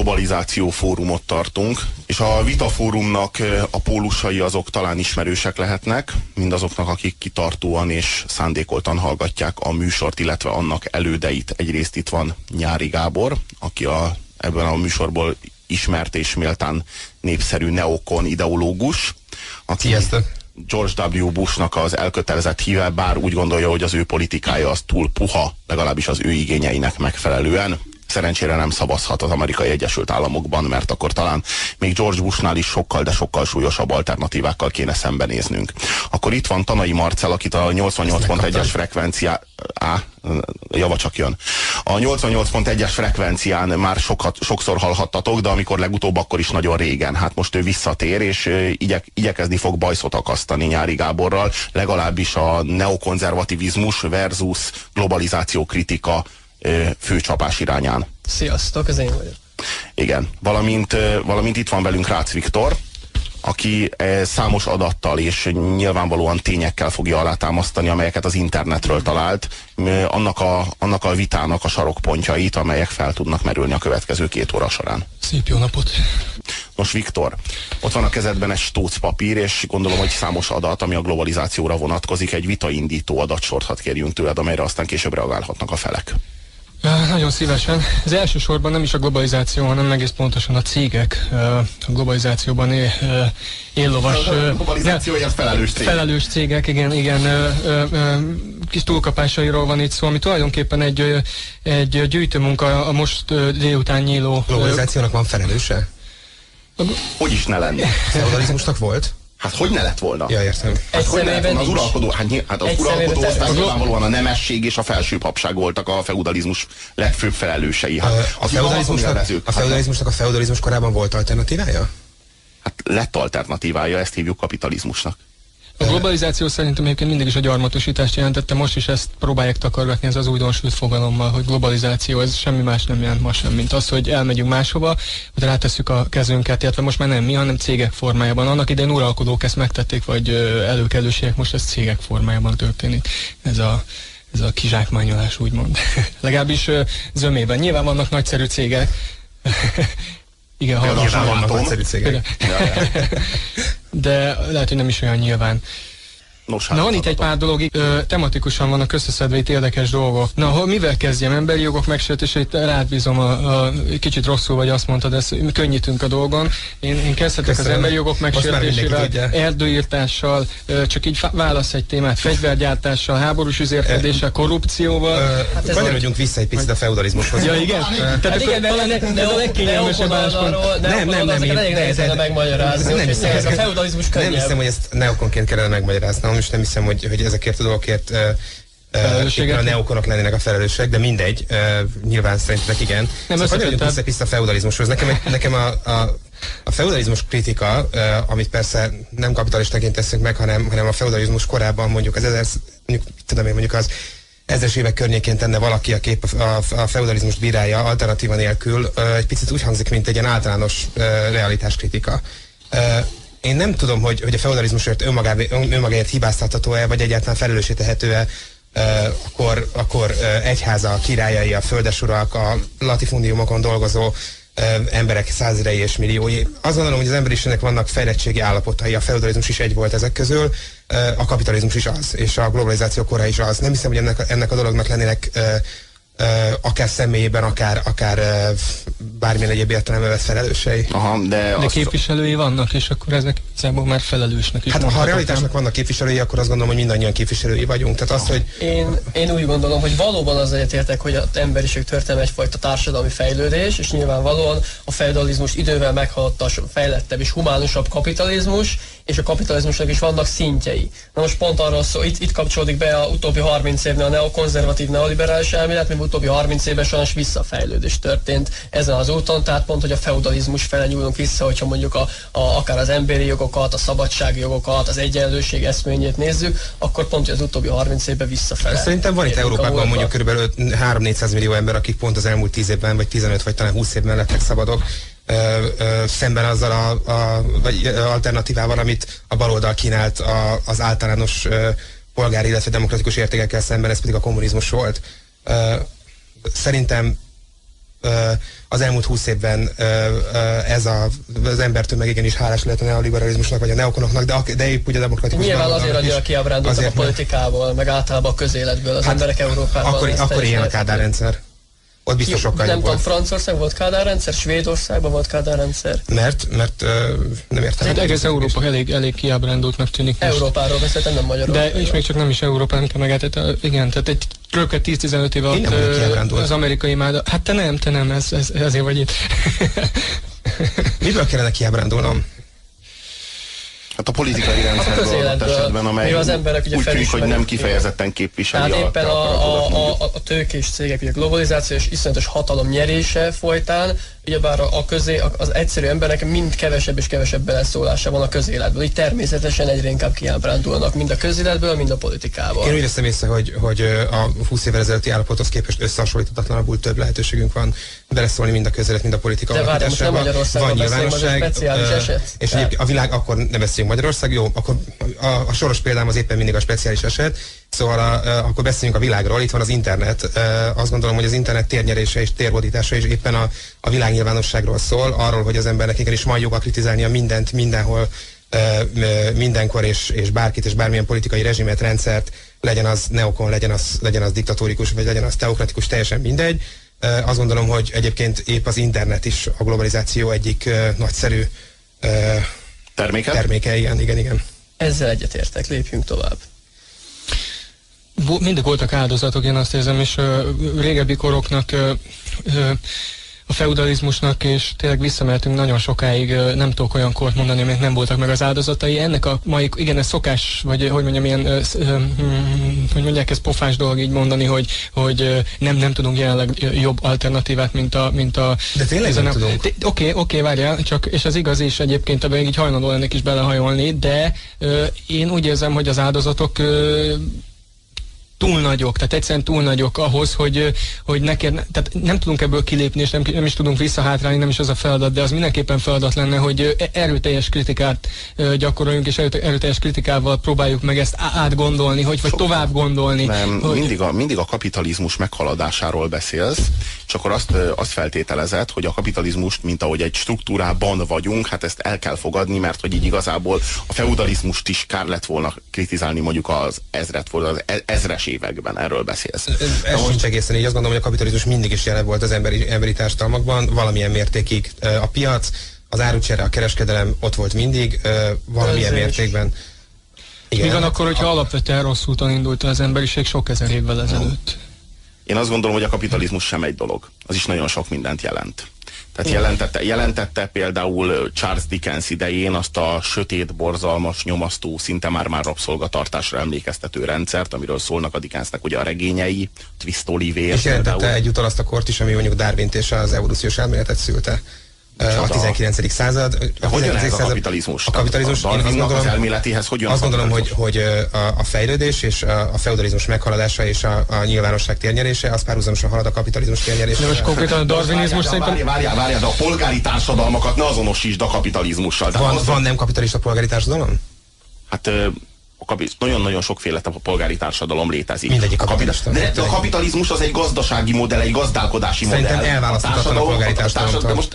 Globalizáció fórumot tartunk, és a vitafórumnak a pólusai azok talán ismerősek lehetnek, mindazoknak, akik kitartóan és szándékoltan hallgatják a műsort, illetve annak elődeit. Egyrészt itt van Nyári Gábor, aki ebben a műsorból ismert és méltán népszerű neokon ideológus, aki Sziasztok. George W. Bushnak az elkötelezett híve, bár úgy gondolja, hogy az ő politikája az túl puha, legalábbis az ő igényeinek megfelelően. Szerencsére nem szavazhat az Amerikai Egyesült Államokban, mert akkor talán még George Bushnál is sokkal, de sokkal súlyosabb alternatívákkal kéne szembenéznünk. Akkor itt van Tanai Marcell, akit a 88.1-es frekvencián... Java csak jön. A 88.1-es frekvencián már sokszor hallhattatok, de amikor legutóbb, akkor is nagyon régen. Hát most ő visszatér, és igyekezni fog bajszot akasztani Nyári Gáborral, legalábbis a neokonzervativizmus versus globalizáció kritika főcsapás irányán. Sziasztok, ez én vagyok. Igen, valamint itt van velünk Rácz Viktor, aki számos adattal és nyilvánvalóan tényekkel fogja alátámasztani, amelyeket az internetről talált, annak a vitának a sarokpontjait, amelyek fel tudnak merülni a következő 2 óra során. Szép jó napot! Nos, Viktor, ott van a kezedben egy stóc papír, és gondolom, hogy számos adat, ami a globalizációra vonatkozik, egy vitaindító adatsort hadd kérjünk tőled, amelyre aztán később reagálhatnak a felek. Nagyon szívesen. Ez elsősorban nem is a globalizáció, hanem egész pontosan a cégek a globalizációban éllovas... A globalizációért felelős cégek. Felelős cégek, igen, kis túlkapásairól van itt szó, ami tulajdonképpen egy gyűjtőmunka a most délután nyíló... Globalizációnak van felelőse? Hogy is ne lenne? Feudalizmusnak volt? Hát hogy ne lett volna? Ja, értem. Hát hogy ne lett volna az uralkodó? Hát az uralkodó osztály nyilvánvalóan a nemesség és a felsőbbség voltak a feudalizmus legfőbb felelősei. Hát, a feudalizmusnak a feudalizmus korában volt alternatívája? Hát lett alternatívája, ezt hívjuk kapitalizmusnak. A globalizáció szerintem egyébként mindig is a gyarmatosítást jelentette, most is ezt próbálják takargatni ez az újdonsült fogalommal, hogy globalizáció, ez semmi más nem jelent ma sem, mint az, hogy elmegyünk máshova, hogy rátesszük a kezünket, illetve most már nem mi, hanem cégek formájában. Annak idején uralkodók ezt megtették, vagy előkelőségek, most ez cégek formájában történik. Ez a kizsákmányolás, úgymond. Legalábbis zömében. Nyilván vannak nagyszerű cégek. Igen, nyilván vannak nagyszerű cégek. De lehet, hogy nem is olyan nyilván. Na, van itt egy pár dolog, tematikusan vannak összeszedve itt érdekes dolgok. Na, mivel kezdjem? Emberi jogok megsértését rád bízom, kicsit rosszul vagy azt mondtad, ezt könnyítünk a dolgon. Én kezdhetek az emberi jogok megsértésével, erdőírtással, csak így válasz egy témát, fegyvergyártással, háborús üzérkedéssel, korrupcióval. Kanyarodjunk vissza egy picit a feudalizmushoz. Ja, igen? Tehát ez a legkényelmesebb álláspont. Nem, elég nehéz megmagyarázni. A feudalizmus könnyebb. Nem hiszem, hogy ezt neokonként kellene megmagyaráznom. És nem hiszem, hogy ezekért a dolgokért a neokonok lennének a felelősek, de mindegy, nyilván szerintetek igen. Szóval kanyarodjunk vissza a feudalizmushoz. Nekem a feudalizmus kritika, amit persze nem kapitalistaként teszünk meg, hanem a feudalizmus korában mondjuk az ezres évek környékén tenne valaki, aki a feudalizmust bírálja alternatíva nélkül, egy picit úgy hangzik, mint egy ilyen általános realitáskritika. Én nem tudom, hogy a feudalizmusért önmagáért hibáztatható-e, vagy egyáltalán felelőssé tehető-e akkor egyháza, királyai, a földesurak, a latifundiumokon dolgozó emberek százezrei és milliói. Azt gondolom, hogy az emberiségnek vannak fejlettségi állapotai, a feudalizmus is egy volt ezek közül, a kapitalizmus is az, és a globalizáció kora is az. Nem hiszem, hogy ennek a dolognak lennének akár személyében, akár bármilyen egyéb értelemben vett felelősei. Aha, de képviselői vannak, és akkor ezek igazából már felelősnek is. Hát ha a realitásnak vannak képviselői, akkor azt gondolom, hogy mindannyian képviselői vagyunk. Tehát azt, hogy... Én úgy gondolom, hogy valóban az egyetértek, hogy az emberiség történelme egyfajta társadalmi fejlődés, és nyilvánvalóan a feudalizmus idővel meghaladta a fejlettebb és humánusabb kapitalizmus, és a kapitalizmusnak is vannak szintjei. Na most pont arról szó, itt kapcsolódik be a utóbbi 30 évnél a neokonzervatív, neoliberális elmélet, mivel utóbbi 30 évben sajnos visszafejlődés történt ezen az úton, tehát pont, hogy a feudalizmus fele nyúlunk vissza, hogyha mondjuk akár az emberi jogokat, a szabadságjogokat, az egyenlőség eszményét nézzük, akkor pont, hogy az utóbbi 30 évben visszafele. Szerintem van itt Európában mondjuk kb. 300-400 millió ember, akik pont az elmúlt 10 évben, vagy 15, vagy talán 20 évben lettek szabadok, szemben azzal vagy alternatívával, amit a baloldal kínált az általános polgári, illetve demokratikus értékekkel szemben, ez pedig a kommunizmus volt. Szerintem az elmúlt 20 évben ez az embertömeg igenis hálás lehet a neoliberalizmusnak, vagy a neokonoknak, de épp úgy a demokratikus... Nyilván azért annyira kiábrándultak a politikából, meg általában a közéletből az emberek Európában. Akkor ilyen a Kádár rendszer. Ott biztos sokkal nem tudom, Franciaország volt Kádár rendszer, Svédországban volt Kádár rendszer. Mert nem értem. Hát egész Európa elég kiábrándultnak tűnik. Európáról beszéltem, nem Magyarországról. De és még csak nem is Európa, nem kell megállítani. Igen, tehát egy kb. 10-15 év alatt az amerikai imáda. Hát te nem, ez ezért vagy itt. Miből kellene kiábrándulnom? Hát a politikai rendszerből adott esetben, amely az emberek úgy tűnik, hogy nem kifejezetten képviseli. Tehát éppen a tőkés cégek, ugye globalizáció és iszonyatos hatalom nyerése folytán, ugyebár az egyszerű embernek mind kevesebb és kevesebb beleszólása van a közéletből. Így természetesen egyre inkább kiábrándulnak, mind a közéletből, mind a politikából. Én úgy veszem észre, hogy a 20 évvel ezelőtti állapothoz képest összehasonlíthatatlanabbul több lehetőségünk van beleszólni mind a közélet, mind a politika alakításában. De várjál, most nem Magyarországban beszélünk, az egy speciális eset? És a világ, akkor ne beszéljünk Magyarország, jó, akkor a soros példám az éppen mindig a speciális eset, szóval akkor beszéljünk a világról, itt van az internet. Azt gondolom, hogy az internet térnyerése és térhódítása is éppen a világnyilvánosságról szól, arról, hogy az embernek igenis van joga kritizálnia mindent, mindenhol, mindenkor és bárkit és bármilyen politikai rezsimet, rendszert, legyen az neokon, legyen az diktatórikus, vagy legyen az teokratikus, teljesen mindegy. Azt gondolom, hogy egyébként épp az internet is a globalizáció egyik nagyszerű terméke, igen. Ezzel egyetértek, lépjünk tovább. Mindig voltak áldozatok, én azt érzem, és régebbi koroknak, a feudalizmusnak, és tényleg visszamehetünk nagyon sokáig, nem tudok olyan kort mondani, amelyek nem voltak meg az áldozatai. Ennek a mai, igen, ez szokás, vagy hogy mondjam, ilyen, hogy mondják, ez pofás dolog így mondani, hogy nem tudunk jelenleg jobb alternatívát, mint a de tényleg nem tudunk. Oké, várjál, csak, és az igaz is egyébként, ebben így hajlandó lennék is belehajolni, de én úgy érzem, hogy az áldozatok túl nagyok, tehát egyszerűen túl nagyok ahhoz, hogy neked, tehát nem tudunk ebből kilépni, és nem is tudunk visszahátrálni, nem is az a feladat, de az mindenképpen feladat lenne, hogy erőteljes kritikát gyakoroljunk, és erőteljes kritikával próbáljuk meg ezt átgondolni, vagy tovább gondolni. Nem, mindig a kapitalizmus meghaladásáról beszélsz, és akkor azt feltételezed, hogy a kapitalizmust, mint ahogy egy struktúrában vagyunk, hát ezt el kell fogadni, mert hogy így igazából a feudalizmust is kár lett volna kritizálni, mondjuk az ezres években, erről beszélsz. Ez sincs egészen így, azt gondolom, hogy a kapitalizmus mindig is jelen volt az emberi társadalmakban, valamilyen mértékig a piac, az árucsere, a kereskedelem ott volt mindig, valamilyen mértékben. Igen. Mi van akkor, hogyha alapvetően rossz úton indult az emberiség sok ezer évvel ezelőtt? Én azt gondolom, hogy a kapitalizmus sem egy dolog. Az is nagyon sok mindent jelent. Tehát jelentette például Charles Dickens idején azt a sötét, borzalmas, nyomasztó, szinte már rabszolgatartásra emlékeztető rendszert, amiről szólnak a Dickensnek ugye a regényei, Twist Oliver. És jelentette egyúttal azt a kort is, ami mondjuk Darwint és az evolúciós elméletet szülte. A 19. század. Hogyan ez a kapitalizmus? A kapitalizmus, Darwinnak az elméletéhez hogyan? Azt gondolom, hogy a fejlődés és a feudalizmus meghaladása és a nyilvánosság térnyerése, az párhuzamosan halad a kapitalizmus térnyerése. De most konkrétan a darwinizmus szerintem... Várjál, de a polgári társadalmakat ne azonosítsd a kapitalizmussal. Van nem kapitalista polgári társadalom? Hát... nagyon-nagyon sokféle polgári társadalom létezik. Mindegyik kapitalista. De a kapitalizmus az egy gazdasági modell, egy gazdálkodási modell. Szerintem elválaszthatatlan a polgári társadalomtól.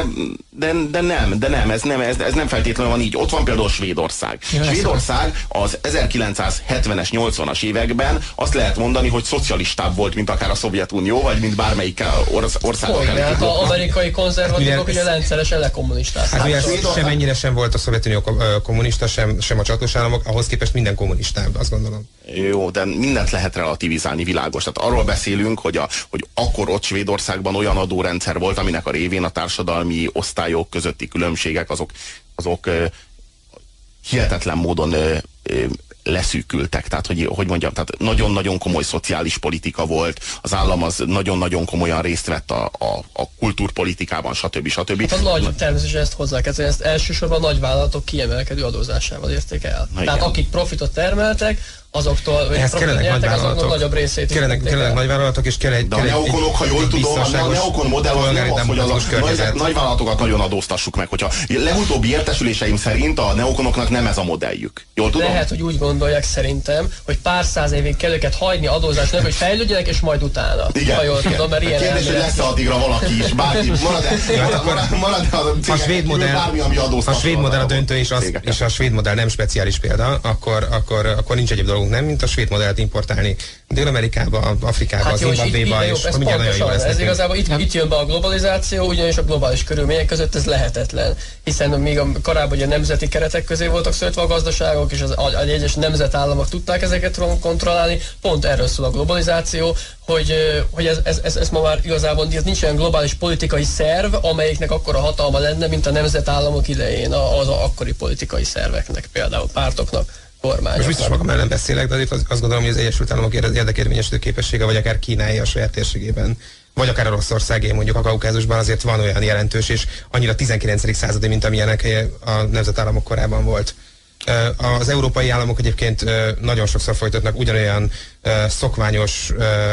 De nem, ez nem feltétlenül van így. Ott van például Svédország. Svédország az 1970-es, 80-as években azt lehet mondani, hogy szocialistább volt, mint akár a Szovjetunió, vagy mint bármelyik ország. Hát az amerikai konzervatívok ugye rendszeresen lekommunisták. Hát ugye semennyire sem volt a Szovjetunió kommunista, sem a csatlós államok, ahhoz képest minden kommunistább, azt gondolom. Jó, de mindent lehet relativizálni, világos. Tehát arról beszélünk, hogy akkor ott Svédországban olyan adórendszer volt, aminek a révén a társadalmi osztályok közötti különbségek azok hihetetlen módon leszűkültek. Tehát, hogy mondjam, tehát nagyon-nagyon komoly szociális politika volt, az állam az nagyon-nagyon komolyan részt vett a kultúrpolitikában, stb. Hát természetesen ezt hozzákezdeni, ezt elsősorban a nagyvállalatok kiemelkedő adózásával érték el. Tehát akik profitot termeltek, azoktól, ehhez kellenek nagyvállalatok. Nagyobb részét kellenek nagyvállalatok, és kell egy... De a neokonok, ha jól tudom, a neokon modell az nem az, hogy a nagyvállalatokat nagyon adóztassuk meg. Hogyha legutóbbi értesüléseim szerint a neokonoknak nem ez a modelljük. Jól tudom? Lehet, hogy úgy gondolják szerintem, hogy pár száz évig kell őket hagyni adózásnak, hogy fejlődjenek, és majd utána. Igen. Ha jól tudom, mert ilyen kérdés, hogy lesz addigra valaki is, bárki, marad a svéd modell a döntő, és a svéd modell nem speciális példa, akkor nincs egyéb dolgunk, nem, mint a svéd modellt importálni Dél-Amerikába, Afrikába, Zimbabvéba, és mindjárt nagyon jó lesz. Ez igazából itt jön be a globalizáció, ugyanis a globális körülmények között ez lehetetlen. Hiszen még korábban a nemzeti keretek közé voltak szőtve a gazdaságok, és az egyes nemzetállamok tudták ezeket kontrollálni. Pont erről szól a globalizáció, hogy ez ma már igazából nincs olyan globális politikai szerv, amelyiknek akkora hatalma lenne, mint a nemzetállamok idején, az akkori politikai szerveknek, például pártoknak. Most biztos magam ellen beszélek, de azt gondolom, hogy az Egyesült Államok érdekérvényesítő képessége, vagy akár Kínáé a saját térségében, vagy akár Oroszországé, mondjuk a Kaukázusban azért van olyan jelentős, és annyira 19. századi, mint amilyenek a nemzetállamok korában volt. Az európai államok egyébként nagyon sokszor folytatnak ugyanolyan szokványos,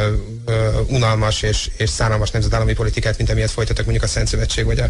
unalmas és szánalmas nemzetállami politikát, mint amilyet folytattak mondjuk a Szent Szövetség, vagy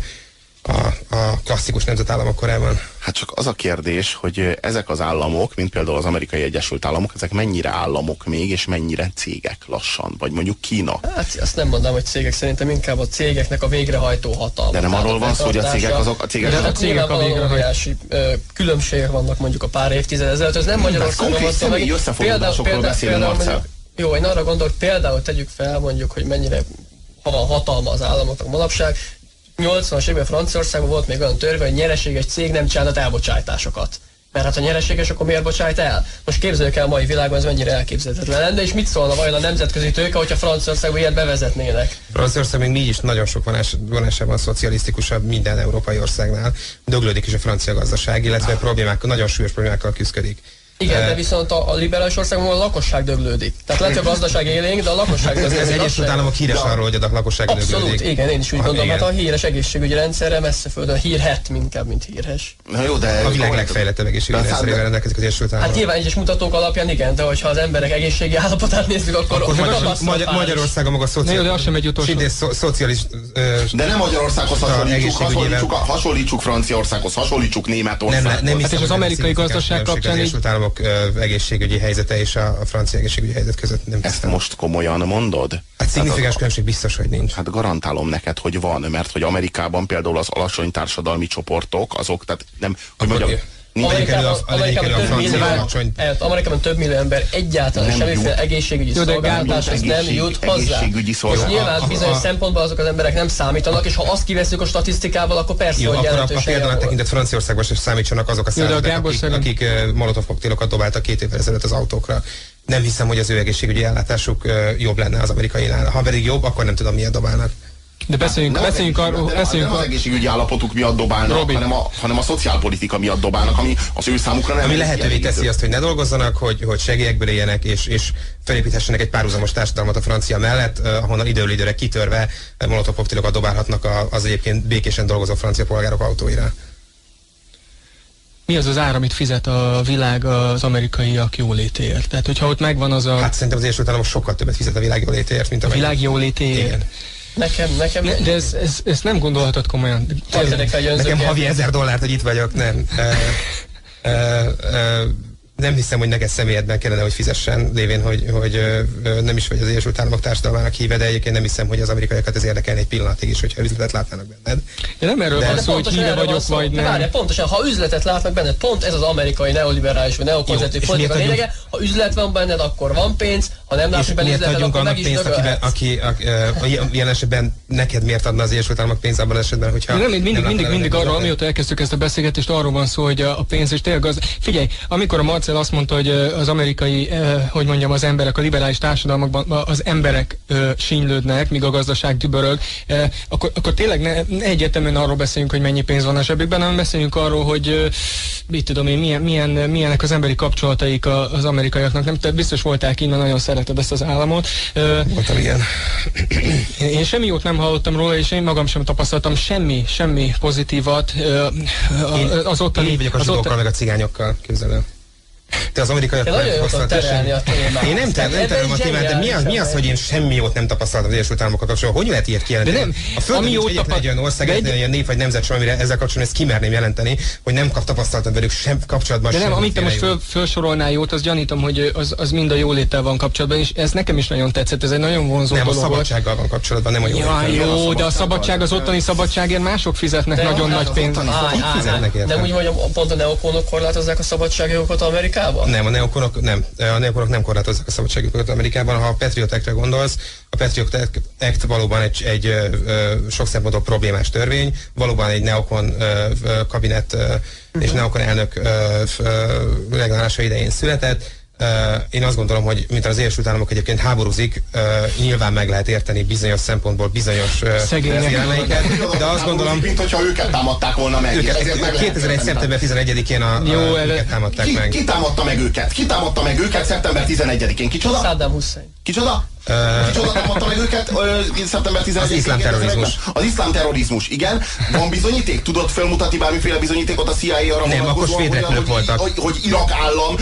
a klasszikus nemzetállamok korában. Hát csak az a kérdés, hogy ezek az államok, mint például az Amerikai Egyesült Államok, ezek mennyire államok még, és mennyire cégek lassan, vagy mondjuk Kína? Hát azt nem mondom, hogy cégek, szerintem inkább a cégeknek a végrehajtó hatalma. De nem arról van szó, hogy a cégek azok a cégek a végrehajtási különbségek vannak mondjuk a pár évtized ezelőtt, ez nem Magyarországon van szó, meg összefoglalásokról beszélünk, Marcel. Jó, én arra gondolok, például tegyük fel mondjuk, hogy mennyire van hatalma az államoknak manapság. 80-as évben Franciaországban volt még olyan törvény, hogy nyereséges cég nem csinálhat elbocsájtásokat. Mert hát ha nyereséges, akkor miért bocsájt el? Most képzeljük el a mai világban, ez mennyire elképzelhetetlen lenne, és mit szólna vajon a nemzetközi tőke, hogyha Franciaországban ilyet bevezetnének? Franciaország még így is nagyon sok vonásában szocialisztikusabb minden európai országnál. Döglődik is a francia gazdaság, illetve nagyon súlyos problémákkal küzdik. Igen, de viszont a liberális országban a lakosság döglődik. Tehát lehet, hogy a gazdaság élénk, de a lakosság döglődik. Az Egyesült Államok híres arról, hogy a lakosság döglődik. Abszolút, igen, én is úgy gondolom, hát a híres egészségügyi rendszerre messze földön hírhet inkább, mint hírhes. Na jó, de a világ legfejlettebb egészségügyi rendszerével rendelkezik az Egyesült Államok. Hát nyilván egyes mutatók alapján igen, de hogyha az emberek egészségi állapotát nézzük, akkor Magyarországon maga szociális... De nem Magyarországhoz hasonlítsuk Franciaországhoz, hasonlítsuk Németországhoz. Nem, és az amerikai gazdaság kapcsán egészségügyi helyzete és a francia egészségügyi helyzet között nem hiszem. Ezt most komolyan mondod? Hát szignifikáns különbség biztos, hogy nincs. Hát garantálom neked, hogy van, mert hogy Amerikában például az alacsony társadalmi csoportok, azok, tehát nem, hogy mondjam, Amerikában több millió ember egyáltalán semmiféle egészségügyi szolgáltatáshoz nem jut hozzá. És nyilván bizonyos szempontból azok az emberek nem számítanak, és ha azt kiveszünk a statisztikából, akkor persze, hogy jelentősen a példának tekintet Franciaországban sem számítsanak azok a szállodák, akik molotov koktélokat dobáltak 2 évvel ezelőtt az autókra. Nem hiszem, hogy az ő egészségügyi ellátásuk jobb lenne az amerikainál. Ha pedig jobb, akkor nem tudom, miért dobálnak. De beszéljünk arról, nem az egészségügyi állapotuk miatt dobálnak, hanem a szociálpolitika miatt dobálnak, ami az ő számukra nem. Ami lehetővé teszi azt, hogy ne dolgozzanak, hogy segélyekből éljenek, és felépíthessenek egy párhuzamos társadalmat a francia mellett, ahonnan időről időre kitörve molotov koktélokat dobálhatnak az egyébként békésen dolgozó francia polgárok autóira. Mi az az ár, amit fizet a világ az amerikaiak jólétéért? Tehát, hogyha ott megvan az a... Hát szerintem az Egyesült Államok sokkal többet fizet a világ jólétéért, mint a világ jólétéért. Igen. Nekem de ezt nem gondolhatod komolyan. Nekem havi $1000, hogy itt vagyok, nem. Nem hiszem, hogy neked személyedben kellene, hogy fizessen, lévén, hogy nem is vagy az Egyesült Államok társadalmának híve, de egyébként nem hiszem, hogy az amerikaiakat ez érdekelne egy pillanatig is, hogyha üzletet látnának benned. De nem erről van szó, hogy híve vagyok, vagy nem. Várjál, pontosan, ha üzletet látnak benned, pont ez az amerikai neoliberális vagy neokonzervatív politika lényege, ha üzlet van benned, akkor van pénz, ha nem látnak benned üzletet, akkor meg is dögölhetsz. Aki ilyen esetben neked miért adna az Egyesült Államok pénzt abban esetben, hogyha... Mindig arról, amióta elkezdtük ezt a beszélgetést, arról van szó, hogy a pénz és tényleg az... Figyelj, amikor a Marcel azt mondta, hogy az amerikai, hogy mondjam, az emberek, a liberális társadalmakban az emberek sínylődnek, míg a gazdaság dübörög, akkor tényleg ne egyértelműen arról beszéljünk, hogy mennyi pénz van a zsebükben, hanem beszéljünk arról, hogy mit tudom én, milyenek az emberi kapcsolataik az amerikaiaknak. Nem, te biztos voltál Kínban, nagyon szereted ezt az államot. Voltam ilyen. Én semmi jót nem hallottam róla, és én magam sem tapasztaltam semmi pozitívat. Az ottani... Én vagyok a zsidókkal, meg a cigányokkal, képzelem. Te az amerikaiak nagyon jól terelni a témát. Én nem terelem a témát, de mi az, hogy én semmi jót nem tapasztaltam az Egyesült Államokkal kapcsolatban? Hogy lehet ilyet kijelenteni? A Földön nincs egyetlen egy olyan ország, egyetlen olyan nép vagy nemzet sem, amire ezzel kapcsolatban ezt kimerném jelenteni, hogy nem tapasztaltam velük sem kapcsolatban. De nem, amit te most felsorolnál jót, az gyanítom, hogy az mind a jóléttel van kapcsolatban, és ez nekem is nagyon tetszett, ez egy nagyon vonzó dolog. Nem, a szabadsággal van kapcsolatban, nem a jóléttel. Jó, de a szabadság, az ottani szabadságért mások fizetnek nagyon nagy pénzt. De úgy mondjam, pont a neokonok korlátozzák a szabadságjogokat Amerikában? Nem, a neokonok nem korlátozzák a szabadságjogokat Amerikában. Ha a Patriot Act-re gondolsz, a Patriot Act valóban egy sok szempontból problémás törvény, valóban egy neokon kabinet és neokon elnök reglálása idején született. Én azt gondolom, hogy mint az Egyesült Államok egyébként háborúzik, nyilván meg lehet érteni bizonyos szempontból bizonyos szegényeket, de azt gondolom... Mint hogyha őket támadták volna meg. 2001. szeptember 11-én őket támadták meg. Ki támadta meg őket? Ki támadta meg őket szeptember 11-én? Kicsoda? Saddam Hussein. Kicsoda? Kicsoda támadta meg őket szeptember 11-én? Az iszlám terrorizmus. Az iszlám terrorizmus, igen. Van bizonyíték? Tudod felmutatni bármiféle bizonyítékot a CIA arra nem, akkor svédrepülők voltak. Hogy Irak állam,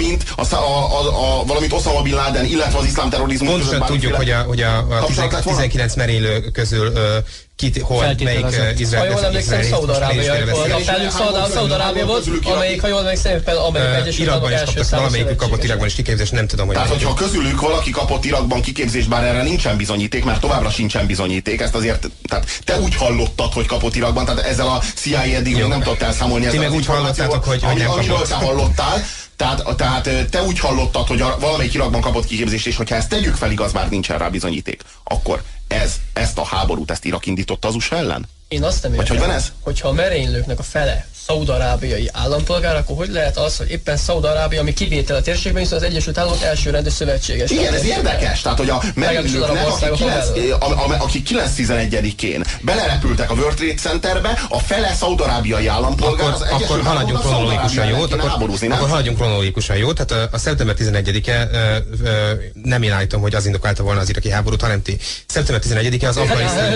valamint Osama Bin Laden, illetve az iszlám terrorizmus. Pontosan tudjuk, hogy a 19 merénylő közül hol melyik izraeli. Ha jól emlékszem, Szaúd-Arábia volt. Szaúd-Arábia volt, amelyik, ha jól emlékszem, éppen Amerikai Egyesült Államok első számú valamelyikük kapott Irakban is kiképzést, nem tudom, hogy... Tehát, hogyha közülük valaki kapott Irakban kiképzést, bár erre nincsen bizonyíték, mert továbbra sincsen bizonyíték, ezt azért, tehát te úgy hallottad, hogy kapott Irakban, tehát ezzel a CIA eddig még nem tudott elszámolni ezzel az információval, amiről te hallottál. Tehát te úgy hallottad, hogy valamelyik Irakban kapott kiképzést, és hogyha ezt tegyük fel, igaz, bár nincsen rá bizonyíték, akkor ezt a háborút, ezt Irak indította az USA ellen? Én azt nem értem, hogyha a merénylőknek a fele szaúd-arábiai állampolgár, akkor hogy lehet az, hogy éppen Szaúd-Arábia, ami kivétel a térségben, viszont az Egyesült Államok elsőrendű szövetséges. Igen, ez érdekes. Tehát, hogy a merénylőknek, akik 9-11-én belerepültek a World Trade Centerbe, a fele szaúd-arábiai állampolgár, akkor haladjunk kronológikusan jót. Akkor haladjunk kronológikusan jót. Tehát a szeptember 11-e nem én állítom, hogy az indokálta volna az iraki háborút, hanem ti. Szeptember 11-e az afganisztáni...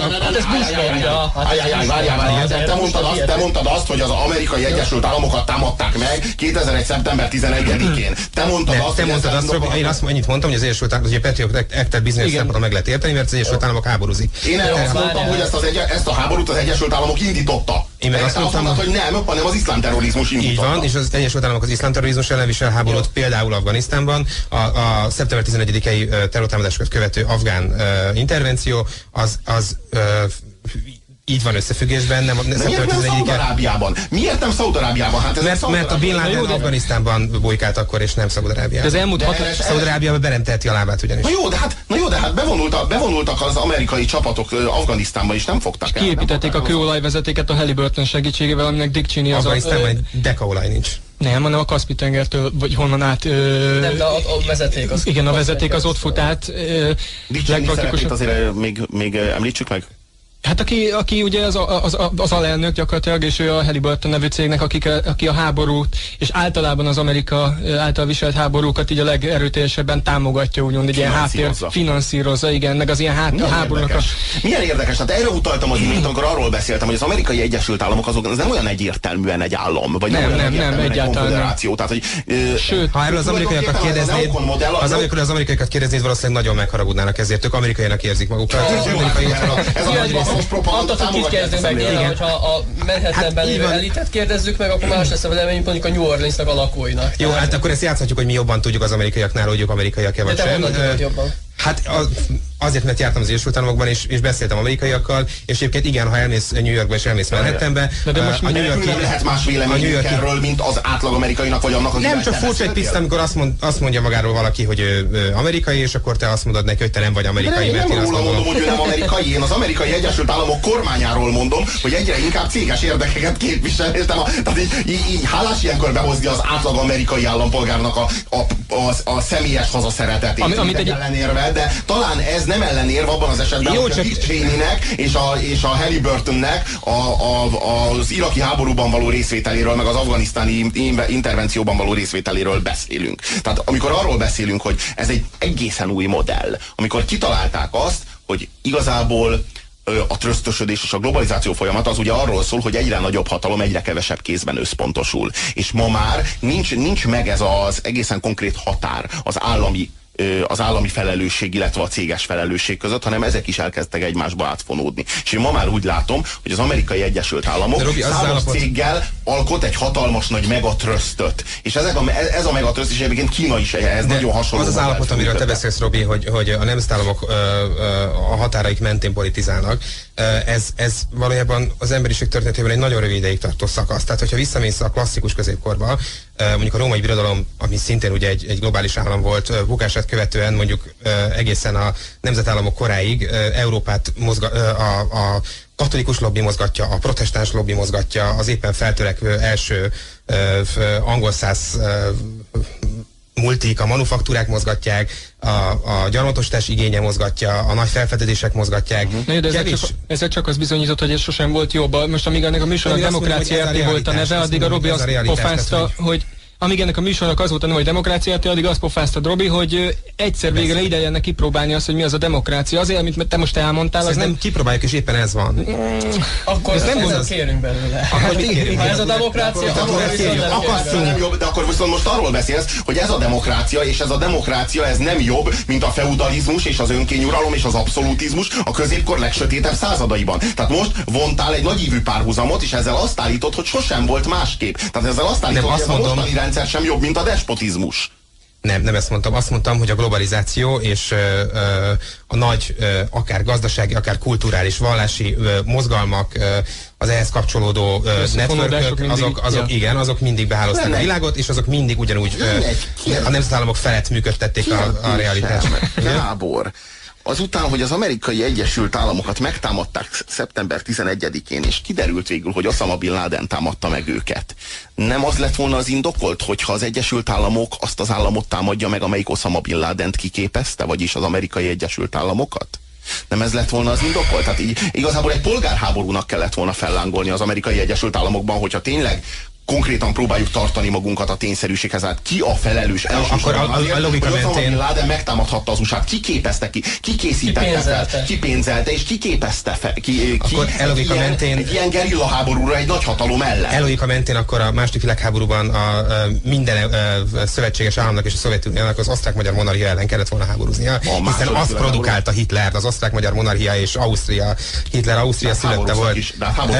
Te mondtad azt, hogy az Amerikai Egyesült Államokat támadták meg 2001. szeptember 11-én. Te mondtad azt, én azt annyit mondtam, hogy az Egyesült Államok, hogy a Patriot Act-et bizonyos szempontból meg lehet érteni, mert az Egyesült Államok háborúzik. Én azt mondtam, hogy ezt a háborút az Egyesült Államok indította. Én meg azt mondtam, hogy nem, hanem az iszlám terrorizmus indította. Így van, és az Egyesült Államok az iszlám terrorizmus ellen visel háborút, például Afganisztánban. A szeptember 11-i terrortámadásokat követő afgán intervenció az így van összefüggésben, nem miért nem Szaúd-Arábiában? Miért nem Szaúd-Arábiában? Hát mert a Bin Laden Afganisztánban bujkált akkor, és nem Szaúd-Arábiában. Az elmúlt Szaúd-Arábiában be nem teheti a lábát ugyanis. Na jó, de hát bevonultak az amerikai csapatok Afganisztánba, és nem fogtak el. Kiépítették a kőolajvezetéket a Halliburton segítségével, aminek Dick Cheney az Afganisztánban egy dekaolaj nincs. Nem, hanem a Kaszpi-tengertől, vagy honnan át... Nem, de a vezeték az... Igen, a vezeték az ott fut át. Dick Cheney szerepét azért még említsük meg? Hát aki ugye az alelnök gyakorlatilag, és ő a Halliburton nevű cégnek, aki a háborút, és általában az Amerika által viselt háborúkat így a legerőteljesebben támogatja, úgymond egy ilyen háttér finanszírozza, igen, meg az ilyen háborúnak a... Milyen érdekes, hát erre utaltam az imént, amikor arról beszéltem, hogy az Amerikai Egyesült Államok az nem olyan egyértelműen egy állam, vagy nem egyáltalán egy konfederáció. Tehát, hogy, sőt, ha erről az amerikaiakat kérdeznéd, valószínűleg nagyon megharagudnának ezért, ők amerikaianak érzik magukat. Attól kit kérdezzük meg, hogyha a Manhattanben lévő elitet kérdezzük meg, akkor más lesz a véleményünk mondjuk a New Orleansnak a lakóinak. Jó, hát akkor ezt játszhatjuk, hogy mi jobban tudjuk az amerikaiaknál, hogy ők amerikaiak-e vagy sem. Hát azért, mert jártam az Egyesült Államokban, és beszéltem amerikaiakkal, és egyébként igen, ha elmész New Yorkba és elmész Manhattanbe, de most a New York nem lehet más véleményünk erről, mint az átlag amerikainak, vagy annak, nem csak furcsa egy picit, amikor azt mondja magáról valaki, hogy ő amerikai, és akkor te azt mondod neki, hogy te nem vagy amerikai, mert én azt mondom, hogy ő nem amerikai. Én az Amerikai Egyesült Államok kormányáról mondom, hogy egyre inkább céges érdekeket képvisel. Tehát így hálás ilyenkor behozni az átlag amerikai állampolgárnak a személyes hazaszeretetét, amit egy ellenérve, de talán ez nem ellenérve abban az esetben, hogy a Dick Cheneynek és a Halliburtonnek az iraki háborúban való részvételéről, meg az afganisztáni intervencióban való részvételéről beszélünk. Tehát amikor arról beszélünk, hogy ez egy egészen új modell, amikor kitalálták azt, hogy igazából a trösztösödés és a globalizáció folyamata az ugye arról szól, hogy egyre nagyobb hatalom egyre kevesebb kézben összpontosul. És ma már nincs meg ez az egészen konkrét határ az állami felelősség, illetve a céges felelősség között, hanem ezek is elkezdtek egymásba átfonódni. És én ma már úgy látom, hogy az Amerikai Egyesült Államok számos céggel alkot egy hatalmas nagy megatrösztöt. És ez a megatröszt, és egyébként Kína is ehhez nagyon hasonló. Az az állapot, amiről te beszélsz, Robi, hogy a nemzetállamok a határaik mentén politizálnak, ez valójában az emberiség történetében egy nagyon rövid ideig tartó szakasz. Tehát, hogyha visszamész a klasszikus középkorba, mondjuk a római birodalom, ami szintén ugye egy globális állam volt, bukását követően mondjuk egészen a nemzetállamok koráig Európát a katolikus lobby mozgatja, a protestáns lobby mozgatja, az éppen feltörekvő első angolszász multik, a manufaktúrák mozgatják, a gyarmatosítás igénye mozgatja, a nagy felfedezések mozgatják. Na, de ezzel csak az bizonyított, hogy ez sosem volt jobb. Most amíg ennek a műsornak Demokrácia RT volt a neve, addig a Robi azt pofázta, hogy amíg ennek a műsornak az volt a neve, hogy Demokrácia RT, addig azt pofáztad, Robi, hogy egyszer végre ide jönnek kipróbálni azt, hogy mi az a demokrácia. Azért, amit te most elmondtál, az nem kipróbáljuk, és éppen ez van. Akkor ez nem gondol, kérünk belőle. Ha ez a demokrácia, de akkor viszont most arról beszélsz, hogy ez a demokrácia, és ez a demokrácia ez nem jobb, mint a feudalizmus és az önkényuralom és az abszolutizmus a középkor legsötétebb századaiban. Tehát most vontál egy nagyívű párhuzamot, és ezzel azt állítod, hogy sosem volt másképp. Tehát ezzel azt állítod, hogy ez a mostani rendszer sem jobb, mint a despotizmus. Nem ezt mondtam. Azt mondtam, hogy a globalizáció és a nagy, akár gazdasági, akár kulturális, vallási mozgalmak, az ehhez kapcsolódó networkök, azok mindig behálózták a világot, és azok mindig ugyanúgy a nemzetállamok felett működtették a realitást. Gábor, azután, hogy az Amerikai Egyesült Államokat megtámadták szeptember 11-én, és kiderült végül, hogy Osama Bin Laden támadta meg őket. Nem az lett volna az indokolt, hogyha az Egyesült Államok azt az államot támadja meg, amelyik Osama Bin Ladent kiképezte, vagyis az Amerikai Egyesült Államokat? Nem ez lett volna az indokolt? Tehát így, igazából egy polgárháborúnak kellett volna fellángolni az Amerikai Egyesült Államokban, hogyha tényleg konkrétan próbáljuk tartani magunkat a tényszerűséghez, hát ki a felelős? Akkor a logika mentén Laden megtámadhatta az USA-t, ki képezte ki, ki készítette fel, ki pénzzelte és ki képezte fel, akkor logika mentén egy ilyen gerilla háborúra egy nagy hatalom ellen. Logika mentén akkor a második világháborúban minden szövetséges államnak és a Szovjetuniónak az osztrák-magyar monarchia ellen kellett volna háborúznia, hiszen azt produkálta Hitler, az osztrák-magyar monarchia és Ausztria, Hitler-Ausztria szülötte volt.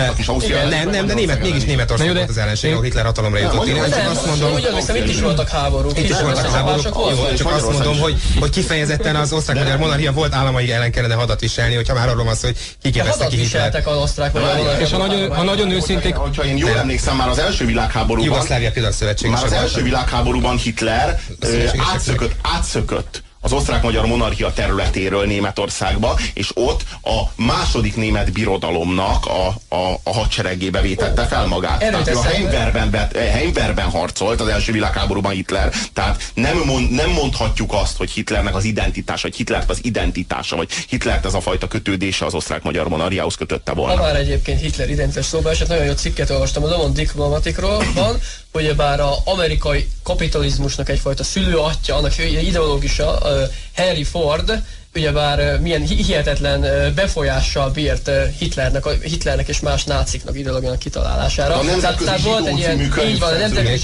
Nem, de mégis Németország volt az ellenség. Hitler hatalomra jutott. Én azt mondom, itt is voltak háborúk. Itt is voltak háborúk. Csak azt mondom, hogy kifejezetten az osztrák-magyar monarchia volt államai ellen kellene hadat viselni, hogyha már arról van szó, hogy kiképezte ki Hitlert. Az osztrák-magyar monarchia. És ha nagyon őszinték... Ha én jól emlékszem, már az első világháborúban... Jugoszlávia például szövetséges. Már az első világháborúban Hitler átszökött az osztrák-magyar monarchia területéről Németországba, és ott a második német birodalomnak a hadseregébe vétette fel magát. Tehát a Heimwehrben harcolt az első világháborúban Hitler, tehát nem mondhatjuk azt, hogy Hitlernek az identitása, vagy Hitlert az identitása, vagy Hitlert ez a fajta kötődése az osztrák-magyar monarchiához kötötte volna. Ha már egyébként Hitler identitás szóba esett, nagyon jó cikket olvastam a Domon Diplomatikról, hogy bár az amerikai kapitalizmusnak egyfajta szülőatja, annak ideológusa, Henry Ford, ugyebár milyen hihetetlen befolyással bírt Hitlernek és más náciknak ideológiának kitalálására. Tehát volt egy ilyen, így van, a nemzetközi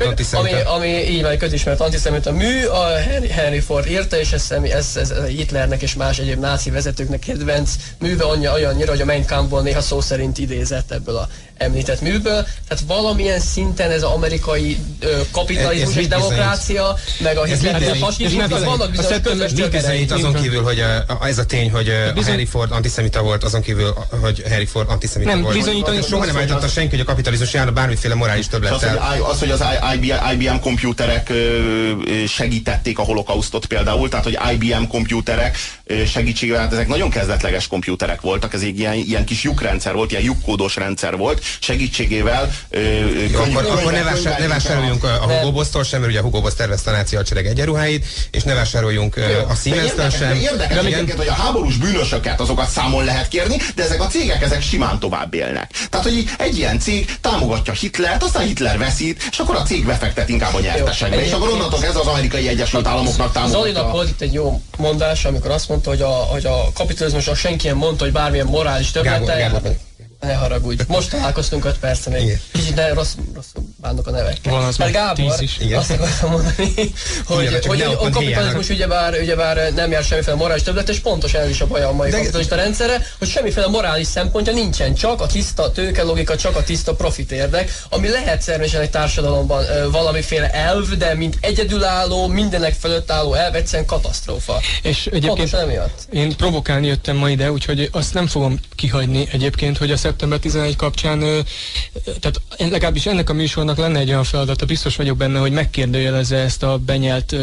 közismert antiszemita mű, a Henry Ford írta, és ez Hitlernek és más egyéb náci vezetőknek kedvenc műve olyannyira, hogy a Mein Kampfból néha szó szerint idézett ebből a említett műből. Tehát valamilyen szinten ez az amerikai kapitalizmus és demokrácia, meg a Hitler fasizmus, vannak bizonyos közös gyökerei. Azon kívül, hogy ez a tény, hogy Henry Ford antiszemita volt, azon kívül, hogy Henry Ford antiszemita volt. Bizonyítani soha nem állította senki, hogy a kapitalizmus járna bármiféle morális többlettel. Az, hogy az IBM kompjúterek segítették a holokausztot például, tehát hogy IBM kompjúterek segítségével, hát ezek nagyon kezdetleges kompjúterek voltak, ez egy ilyen kis lyukrendszer volt, ilyen lyukkódos rendszer volt, segítségével... Akkor ne vásároljunk a Hugo Boss-tól sem, mert ugye a Hugo Boss tervezte a náci hadsereg egyenruháit, és ne vásároljunk a Siemens-től sem. érdekes egyébként, hogy a háborús bűnösöket, azokat számon lehet kérni, de ezek a cégek, ezek simán tovább élnek. Tehát, hogy egy ilyen cég támogatja Hitlert, aztán Hitler veszít, és akkor a cég befektet inkább a nyertesekbe. És akkor onnantól ez az Amerikai Egyesült Államoknak támogatja. Zolinak volt itt egy jó mondás, amikor azt mondta, hogy a kapitalizmusra senki nem mondta, hogy bármilyen morális többlettel. Ne haragudj. Most találkoztunk 5 perce még. Kicsit rosszul bánok a nevekkel. Tehát Gábor, azt akartam mondani, hogy a kapitalizmus ugyebár nem jár semmiféle morális többlet, és pontosan ez is a baj a mai kapitalista rendszerre, hogy semmiféle morális szempontja nincsen, csak a tiszta tőkelogika, csak a tiszta profit érdek, ami lehet szervesen egy társadalomban valamiféle elv, de mint egyedülálló, mindenek fölött álló elv, egyszerűen katasztrófa. És egyébként én provokálni jöttem ma ide, úgyhogy azt nem fogom kihagyni egyébként, hogy a szeptember 11 kapcsán, tehát legalábbis ennek a műsornak lenne egy olyan feladata, biztos vagyok benne, hogy megkérdőjelezze ezt a benyelt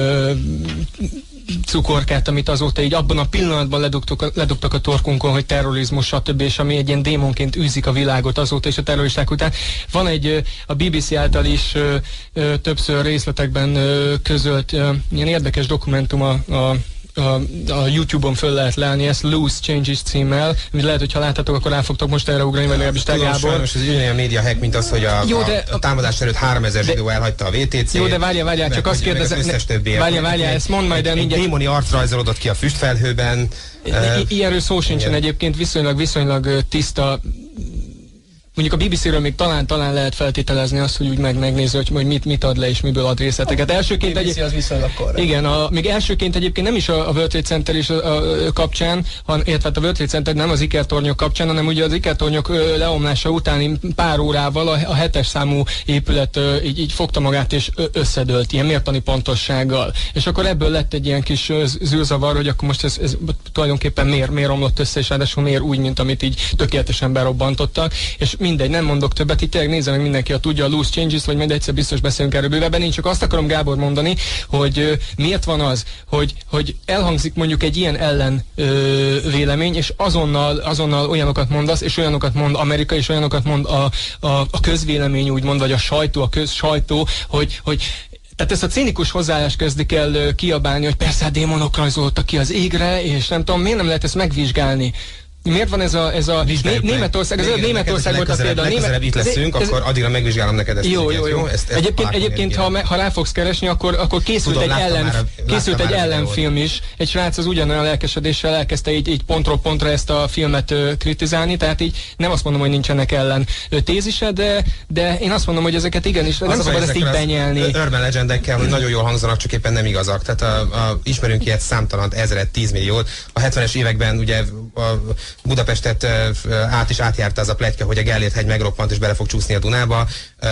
cukorkát, amit azóta így abban a pillanatban ledugtak a torkunkon, hogy terrorizmus, stb. És ami egy ilyen démonként űzik a világot azóta és a terroristák után. Van egy a BBC által is többször részletekben közölt ilyen érdekes dokumentum a YouTube-on föl lehet leállni, ezt Loose Changes címmel, amit lehet, hogy ha láthatok, akkor rá fogtok most erre ugrani, vagy legalábbis te, Gábor. Sajnos ez ugyanilyen média hack, mint az, hogy a támadás előtt 3000 zsidó elhagyta a VTC-t. Jó, de várjál, csak azt kérdezem, várjál, ezt mondd majd el mindjárt. Egy démoni arc rajzolódott ki a füstfelhőben. Ilyenről szó sincsen egyébként, viszonylag tiszta. Mondjuk a BBC-ről még talán lehet feltételezni azt, hogy úgy megnézi, hogy mit ad le és miből ad részleteket. Elsőként még elsőként egyébként nem is a World Trade Center is kapcsán, illetve a World Trade Center nem az ikertornyok kapcsán, hanem ugye az ikertornyok leomlása utáni pár órával a 7-es számú épület így fogta magát és összedőlt, ilyen mértani pontossággal. És akkor ebből lett egy ilyen kis zűrzavar, hogy akkor most ez tulajdonképpen miért romlott össze, és ráadásul miért úgy, mint amit így tökéletesen berobbantottak. És mindegy, nem mondok többet, itt tényleg nézze meg mindenki, ha tudja a Loose Changes, vagy majd egyszer biztos beszélünk erről bővebben. Én csak azt akarom, Gábor, mondani, hogy miért van az, hogy elhangzik mondjuk egy ilyen ellen vélemény, és azonnal olyanokat mondasz, és olyanokat mond Amerika, és olyanokat mond a közvélemény, úgymond, vagy a sajtó, hogy tehát ezt a cínikus hozzáállást kezdik el kiabálni, hogy persze a démonok rajzoltak ki az égre, és nem tudom, miért nem lehet ezt megvizsgálni? Miért van ez a Németország volt a példa. Legközelebb itt leszünk, akkor addigra megvizsgálom neked ezt. Jó. Egyébként ha rá fogsz keresni, akkor készült egy ellenfilm is. Egy srác az ugyanolyan lelkesedéssel elkezdte így pontról pontra ezt a filmet kritizálni, tehát így nem azt mondom, hogy nincsenek ellen tézise, de én azt mondom, hogy ezeket igenis nem szabad ezt így benyelni. Urban legendekkel, hogy nagyon jól hangzanak, csak éppen nem igazak. Tehát ismerünk ilyet számtalant, 1000, 10 milliót. A 70-es években ugye Budapestet átjárta az a pletyka, hogy a Gellért-hegy megroppant és bele fog csúszni a Dunába.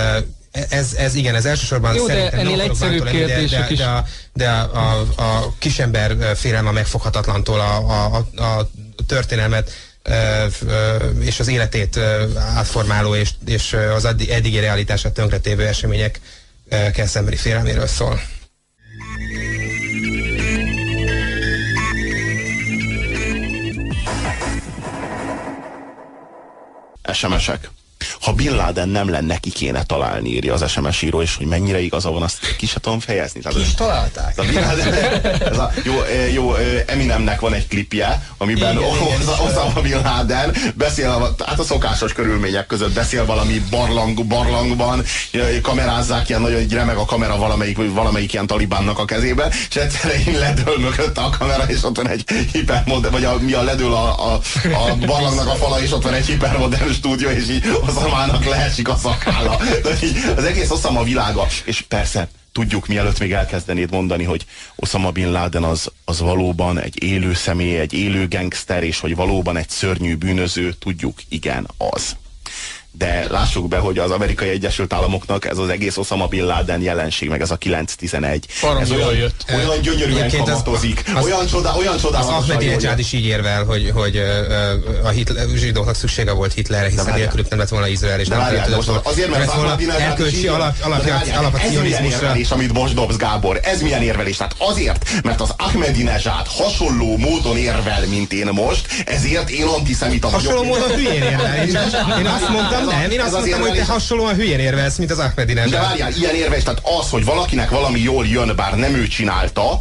Ez elsősorban jó, szerintem de ennél egyszerűbb kérdések is. De a kisember félelme megfoghatatlantól a történelmet és az életét átformáló és az eddigi realitását tönkretévő eseményekkel szembeni félelméről szól. SMS-ek. Ha Bin Laden nem lenne, ki kéne találni, írja az SMS író, és hogy mennyire igaza van, azt ki se tudom fejezni. Ki is találták. Jó, Eminemnek van egy klipje, amiben Osama Bin Laden beszél, hát a szokásos körülmények között beszél valami barlangban, kamerázzák, ilyen nagyon remeg a kamera valamelyik ilyen talibánnak a kezében, és egyszerűen ledől mögötte a kamera, és ott van egy hipermodern, vagy ledől a barlangnak a fala, és ott van egy hipermodern stúdió, és így Osamának leesik a szakálla. Az egész Osama világa, és persze tudjuk, mielőtt még elkezdenéd mondani, hogy Osama Bin Laden az valóban egy élő személy, egy élő gangster, és hogy valóban egy szörnyű bűnöző, tudjuk, igen, az. De lássuk be, hogy az Amerikai Egyesült Államoknak ez az egész Osama Bin Laden jelenség, meg ez a 911. Ez olyan gyönyörűen kamatozik, olyan csodálatos. Az Ahmadinejad is így érvel, hogy a zsidóknak szüksége volt Hitlerre, hiszen nélkülük nem lett volna Izrael, és nem tudott volna. Azért, mert az Ahmadinejad is alap a cionizmusra. És amit most dobsz, Gábor, ez milyen érvelés? Tehát azért, mert az Ahmadinejad hasonló módon érvel, mint én most, ezért én antiszemita vagyok. Hasonló módon hülyén érvel. Én azt mondtam, én azt mondtam, hogy te hasonlóan hülyén érvelsz, mint az Ahmadinejad. De várjál, ilyen érvelés, tehát az, hogy valakinek valami jól jön, bár nem ő csinálta,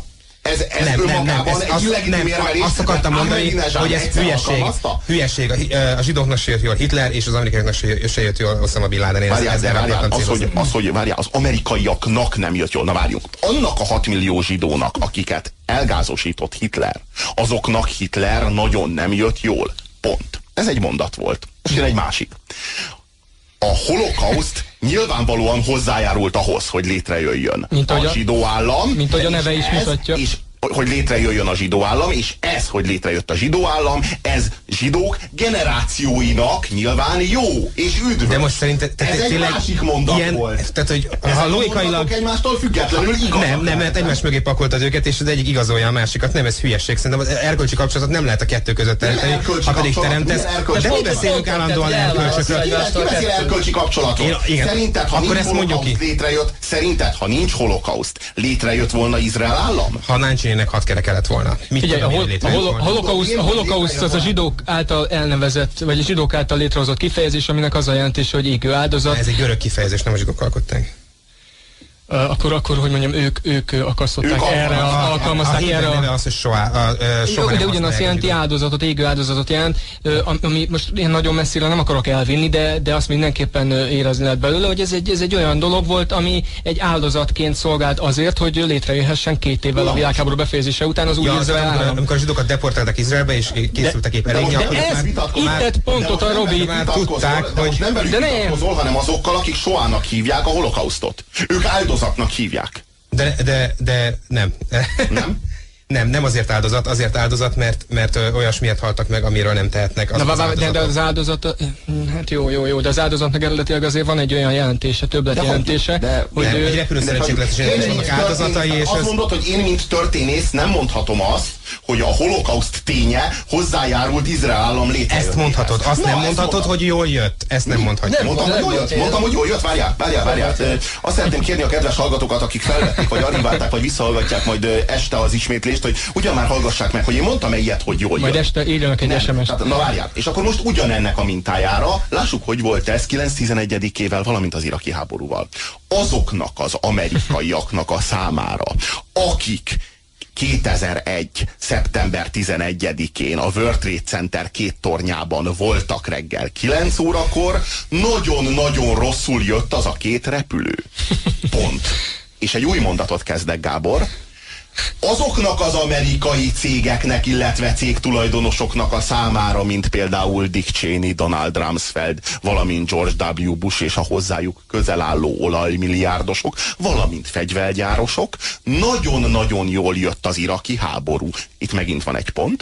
Ez önmagában egy illegitim érvelés. Azt akartam mondani, hogy ez hülyeség. A zsidóknak se jött jól Hitler, és az amerikaiaknak se jött jól Osama Bin Laden. Várjál, az amerikaiaknak nem jött jól. Na várjunk. Annak a 6 millió zsidónak, akiket elgázosított Hitler, azoknak Hitler nagyon nem jött jól. Pont. Ez egy mondat volt. Most jön egy másik. A holokauszt nyilvánvalóan hozzájárult ahhoz, hogy létrejöjjön a zsidó állam. Mint ahogy a neve is mutatja. És hogy létrejöjjön a zsidó állam, és ez, hogy létrejött a zsidó állam, ez zsidók generációinak nyilván jó és üdvös. De most szerinted ez egy másik mondat volt. Tehát, hogy ha logikailag egymástól függetlenül igazak. Nem, mert egymás mögé pakoltad őket, és az egyik igazolja a másikat. Nem, ez hülyeség. Szerintem az erkölcsi kapcsolatot nem lehet a kettő között teremteni, ha pedig teremtesz. De mi beszélünk állandóan erkölcsökről? Ki beszél erkölcsi kapcsolatról? Szerinted, ha nincs holokauszt, létrejött volna Izrael állam? Ha Náncsinének 6 kereke lett volna. Figyelj, a holokauszt az a zsidók által elnevezett, vagy a zsidók által létrehozott kifejezés, aminek az a jelentése, hogy égő áldozat. Ez egy görög kifejezés, nem a zsidók alkották. Akkor, hogy mondjam, ők akasztották erre, alkalmazták erre. A neve az, hogy soha de ugyanazt jelenti áldozatot, égő áldozatot jelent, ami most én nagyon messzire nem akarok elvinni, de azt mindenképpen érezni lehet belőle, hogy ez egy olyan dolog volt, ami egy áldozatként szolgált azért, hogy létrejöhessen 2 évvel a világháború befejezése után az új Izrael állam. Amikor a zsidókat deportáltak Izraelbe, és készültek épp elégni, akkor itt tett pontot a Robi. Már tudták, hogy nem velük vitatkozol, hanem azokkal, akik sohának hívják a holokausztot. Ők áldozatnak hívják. De nem. Nem? Nem azért áldozat, mert olyasmiért haltak meg, amiről nem tehetnek. De az áldozat, hát jó, de az áldozatnak eredetileg azért van egy olyan jelentése, többletjelentése, hogy egy repülőszerencsékletes vannak áldozatai, és azt mondod, hogy én, mint történész nem mondhatom azt, hogy a holokauszt ténye hozzájárult Izrael állam létrejöttéhez. Ezt mondhatod, azt nem mondhatod, hogy jól jött. Ezt nem mondhatod. Mondtam, hogy jól jött, várjál. Azt szeretném kérni a kedves hallgatókat, akik felvették, vagy archiválták, vagy visszahallgatják majd este az ismétlést, hogy ugyan már hallgassák meg, hogy én mondtam ilyet, hogy jól jött. Majd este írjanak egy SMS-t. Na várjál, és akkor most ugyanennek a mintájára lássuk, hogy volt ez 9-11-ével, valamint az iraki háborúval. Azoknak az amerikaiaknak a számára, akik 2001. szeptember 11-én a World Trade Center 2 tornyában voltak reggel 9 órakor, nagyon-nagyon rosszul jött az a 2 repülő. Pont. És egy új mondatot kezdek, Gábor. Azoknak az amerikai cégeknek, illetve cégtulajdonosoknak a számára, mint például Dick Cheney, Donald Rumsfeld, valamint George W. Bush és a hozzájuk közel álló olajmilliárdosok, valamint fegyvergyárosok, nagyon-nagyon jól jött az iraki háború. Itt megint van egy pont.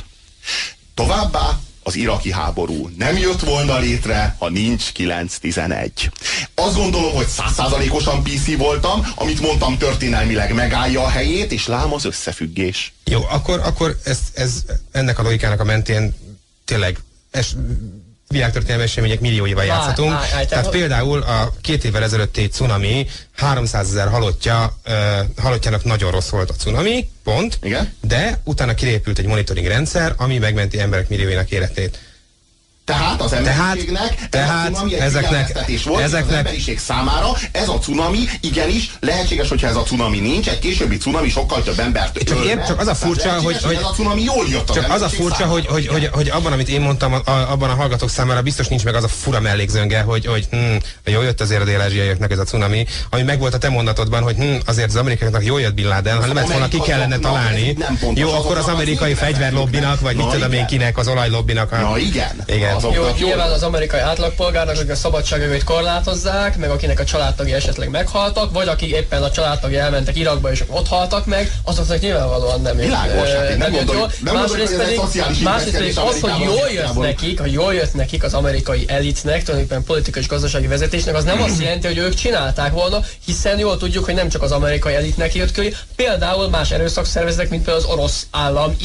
Továbbá az iraki háború nem jött volna létre, ha nincs 9-11. Azt gondolom, hogy 100%-osan PC voltam, amit mondtam történelmileg megállja a helyét, és lám az összefüggés. Jó, akkor ez ennek a logikának a mentén tényleg világtörténelmi események millióival játszhatunk. Tehát például a 2 évvel ezelőtti cunami 300 000 halottjának nagyon rossz volt a cunami, pont. Igen? De utána kirépült egy monitoring rendszer, ami megmenti emberek millióinak életét. Tehát az emberiségnek ez a cunami egy figyelmeztetés volt, az emberiség számára ez a cunami igenis lehetséges, hogyha ez a cunami nincs, egy későbbi cunami sokkal több embert ölne. Csak az a furcsa, hogy ez a cunami jól jött csak az a furcsa, hogy abban, amit én mondtam, abban a hallgatók számára biztos nincs meg az a fura mellékzönge, hogy jól jött azért a dél-ázsiaiaknak ez a cunami, ami megvolt a te mondatodban, hogy azért az amerikaiaknak jól jött Bin Laden, ha nem lett volna ki kellene találni. Jó, akkor az amerikai fegyverlobbinak, vagy mit tudom én kinek, az olajlobbinak. Na igen. Jó, nyilván az amerikai átlagpolgárnak, akik a szabadságjogait korlátozzák, meg akinek a családtagja esetleg meghaltak, vagy akik éppen a családtagja elmentek Irakba és ott haltak meg, azoknak nyilvánvalóan nem jött. Nem jól. Másrészt pedig az, hogy jól jött nekik az amerikai elitnek, tulajdonképpen politikai és gazdasági vezetésnek, az nem azt jelenti, hogy ők csinálták volna, hiszen jól tudjuk, hogy nem csak az amerikai elitnek jött ki, például más erőszakszervezetek, mint például az orosz állam is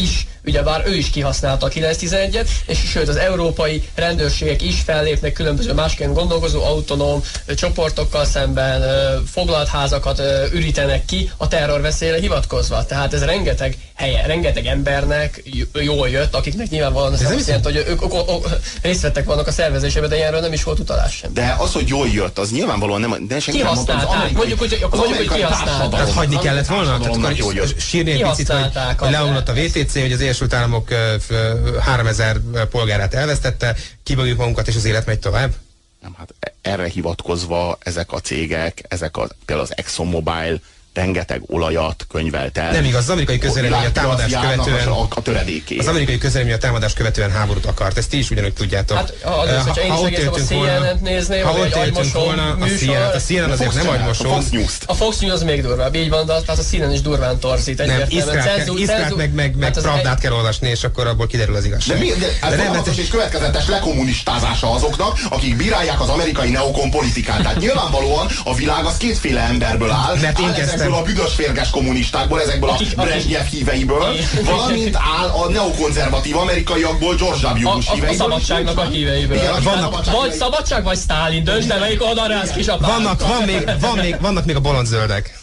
ugyebár ő is kihasználta a 911-et, és sőt az európai rendőrségek is fellépnek különböző másként gondolkozó autonóm csoportokkal szemben, foglalt házakat ürítenek ki a terrorveszélyre hivatkozva. Tehát ez rengeteg helye, rengeteg embernek jól jött, akiknek nyilvánvalóan ez azt jelenti, hogy ők részt vettek vannak a szervezésében, de ilyenről nem is volt utalás sem. De az, hogy jól jött, az nyilvánvalóan nem, de senki nem mondta, mondjuk, hogy kihasználták. Tehát hagyni kellett volna? Tehát sírni egy picit, hogy leomlott a VTC, hogy az Egyesült Államok 3000 polgárát elvesztette, kibögjük magunkat, és az élet megy tovább? Nem, hát erre hivatkozva ezek a cégek, például az ExxonMobil rengeteg olajat könyvelt el. Nem igaz, az amerikai közvélemény a támadást követően a töredékét. Az amerikai közvélemény a támadást követően háborút akart. Ezt ti is ugyanúgy tudjátok. Hát hogyha én is egészen a CNN-t nézném, ha ott éltünk volna, a CNN azért nem agymosó. A Fox News az még durvább, így van, de tehát a CNN is durván torzít egyértelműen. Isztrát meg Pravdát kell olvasni, és akkor abból kiderül az igazság. De nem fontos és következetes lekommunistázása azoknak, akik bírálják az amerikai neokon politikát. Tehát nyilvánvalóan a világ az kétféle emberből áll. Ezekből a büdös férges kommunistákból, ezekből a Brezsnyev híveiből, valamint áll a neokonzervatív amerikaiakból, George W. Bush híveiből. A szabadságnak a híveiből. Vagy szabadság, vagy Sztálin, döntsd el, melyik oldalra állsz, kisapám. Vannak még a bolondzöldek.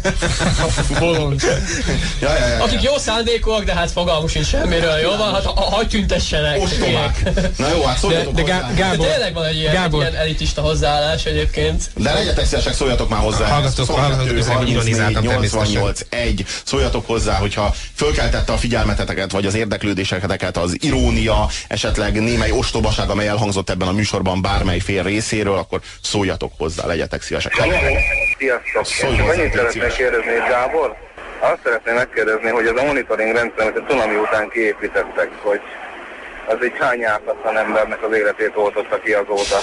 Bolond. Akik jó szándékúak, de hát fogalmuk sincs semmiről, jó van? Hát hagyj tüntessenek. Ostobák. Na jó, hát szóljatok hozzá. De tényleg van egy ilyen elitista hozzáállás egyébként. De legyetek szívesek, szóljatok már hozzá. Hallgatok, ironizáltam természetesen. Szóljatok hozzá, hogyha fölkeltette a figyelmeteteket, vagy az érdeklődéseteket az irónia, esetleg némely ostobaság, amely elhangzott ebben a műsorban bármely fél részéről, akkor szóljatok hozzá, legyetek szívesek. Sziasztok! Annyit szeretnék kérdezni, Gábor? Azt szeretném megkérdezni, hogy az a monitoring rendszer, amit a cunami után kiépítettek, hogy az egy hány ártatlan embernek az életét oltotta ki azóta?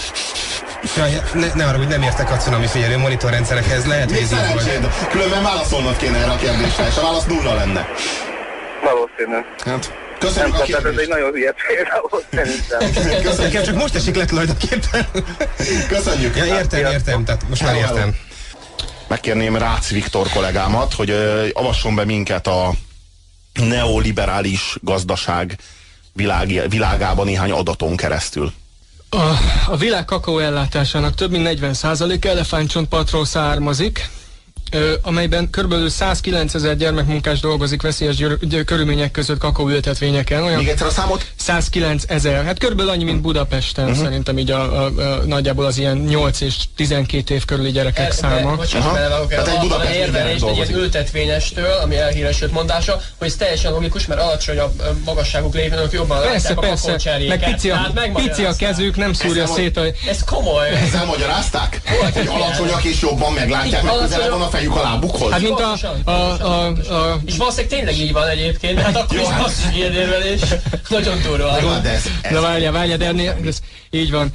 Ne arra, hogy nem értek a cunami figyelő monitorrendszerekhez, lehet, hogy ez így volt. Különben válaszolnod kéne erre a kérdésre, és a válasz 0 lenne. Valószínű. Hát, köszönjük nem, a kérdést. ez egy nagyon hülye példa volt, szerintem. Nekem csak most esik le tulajdonképpen. Köszönjük. Ja, értem, tehát most már értem. Megkérném Rácz Viktor kollégámat, hogy avasson be minket a neoliberális gazdaság világában néhány adaton keresztül. A világ kakaó ellátásának több mint 40% elefántcsontpartról származik, amelyben kb. 109 000 gyermekmunkás dolgozik veszélyes körülmények között kakaóültetvényeken. Még egyszer a számot? 109 000. Hát körülbelül annyi, mint Budapesten. Szerintem így nagyjából az ilyen 8 és 12 év körüli gyerekek száma. Tehát egy Budapesti érvelést egy ilyen ültetvényestől, ami elhíresült mondása, hogy ez teljesen logikus, mert alacsonyabb magasságuk lévők jobban látják a kakaócserjéket. Meg pici a kezük, nem szúrja szét a... Ez komoly. Ezzel magyarázták? Hogy alacsonyak és jobban meglátják, meg közelebb van a fejük a lábukhoz? Hát mint és valószínűleg tényleg így van egyébként, hát akkor is az ilyen érvelés. Nagyon durva. Na várjál, de ennél, így van.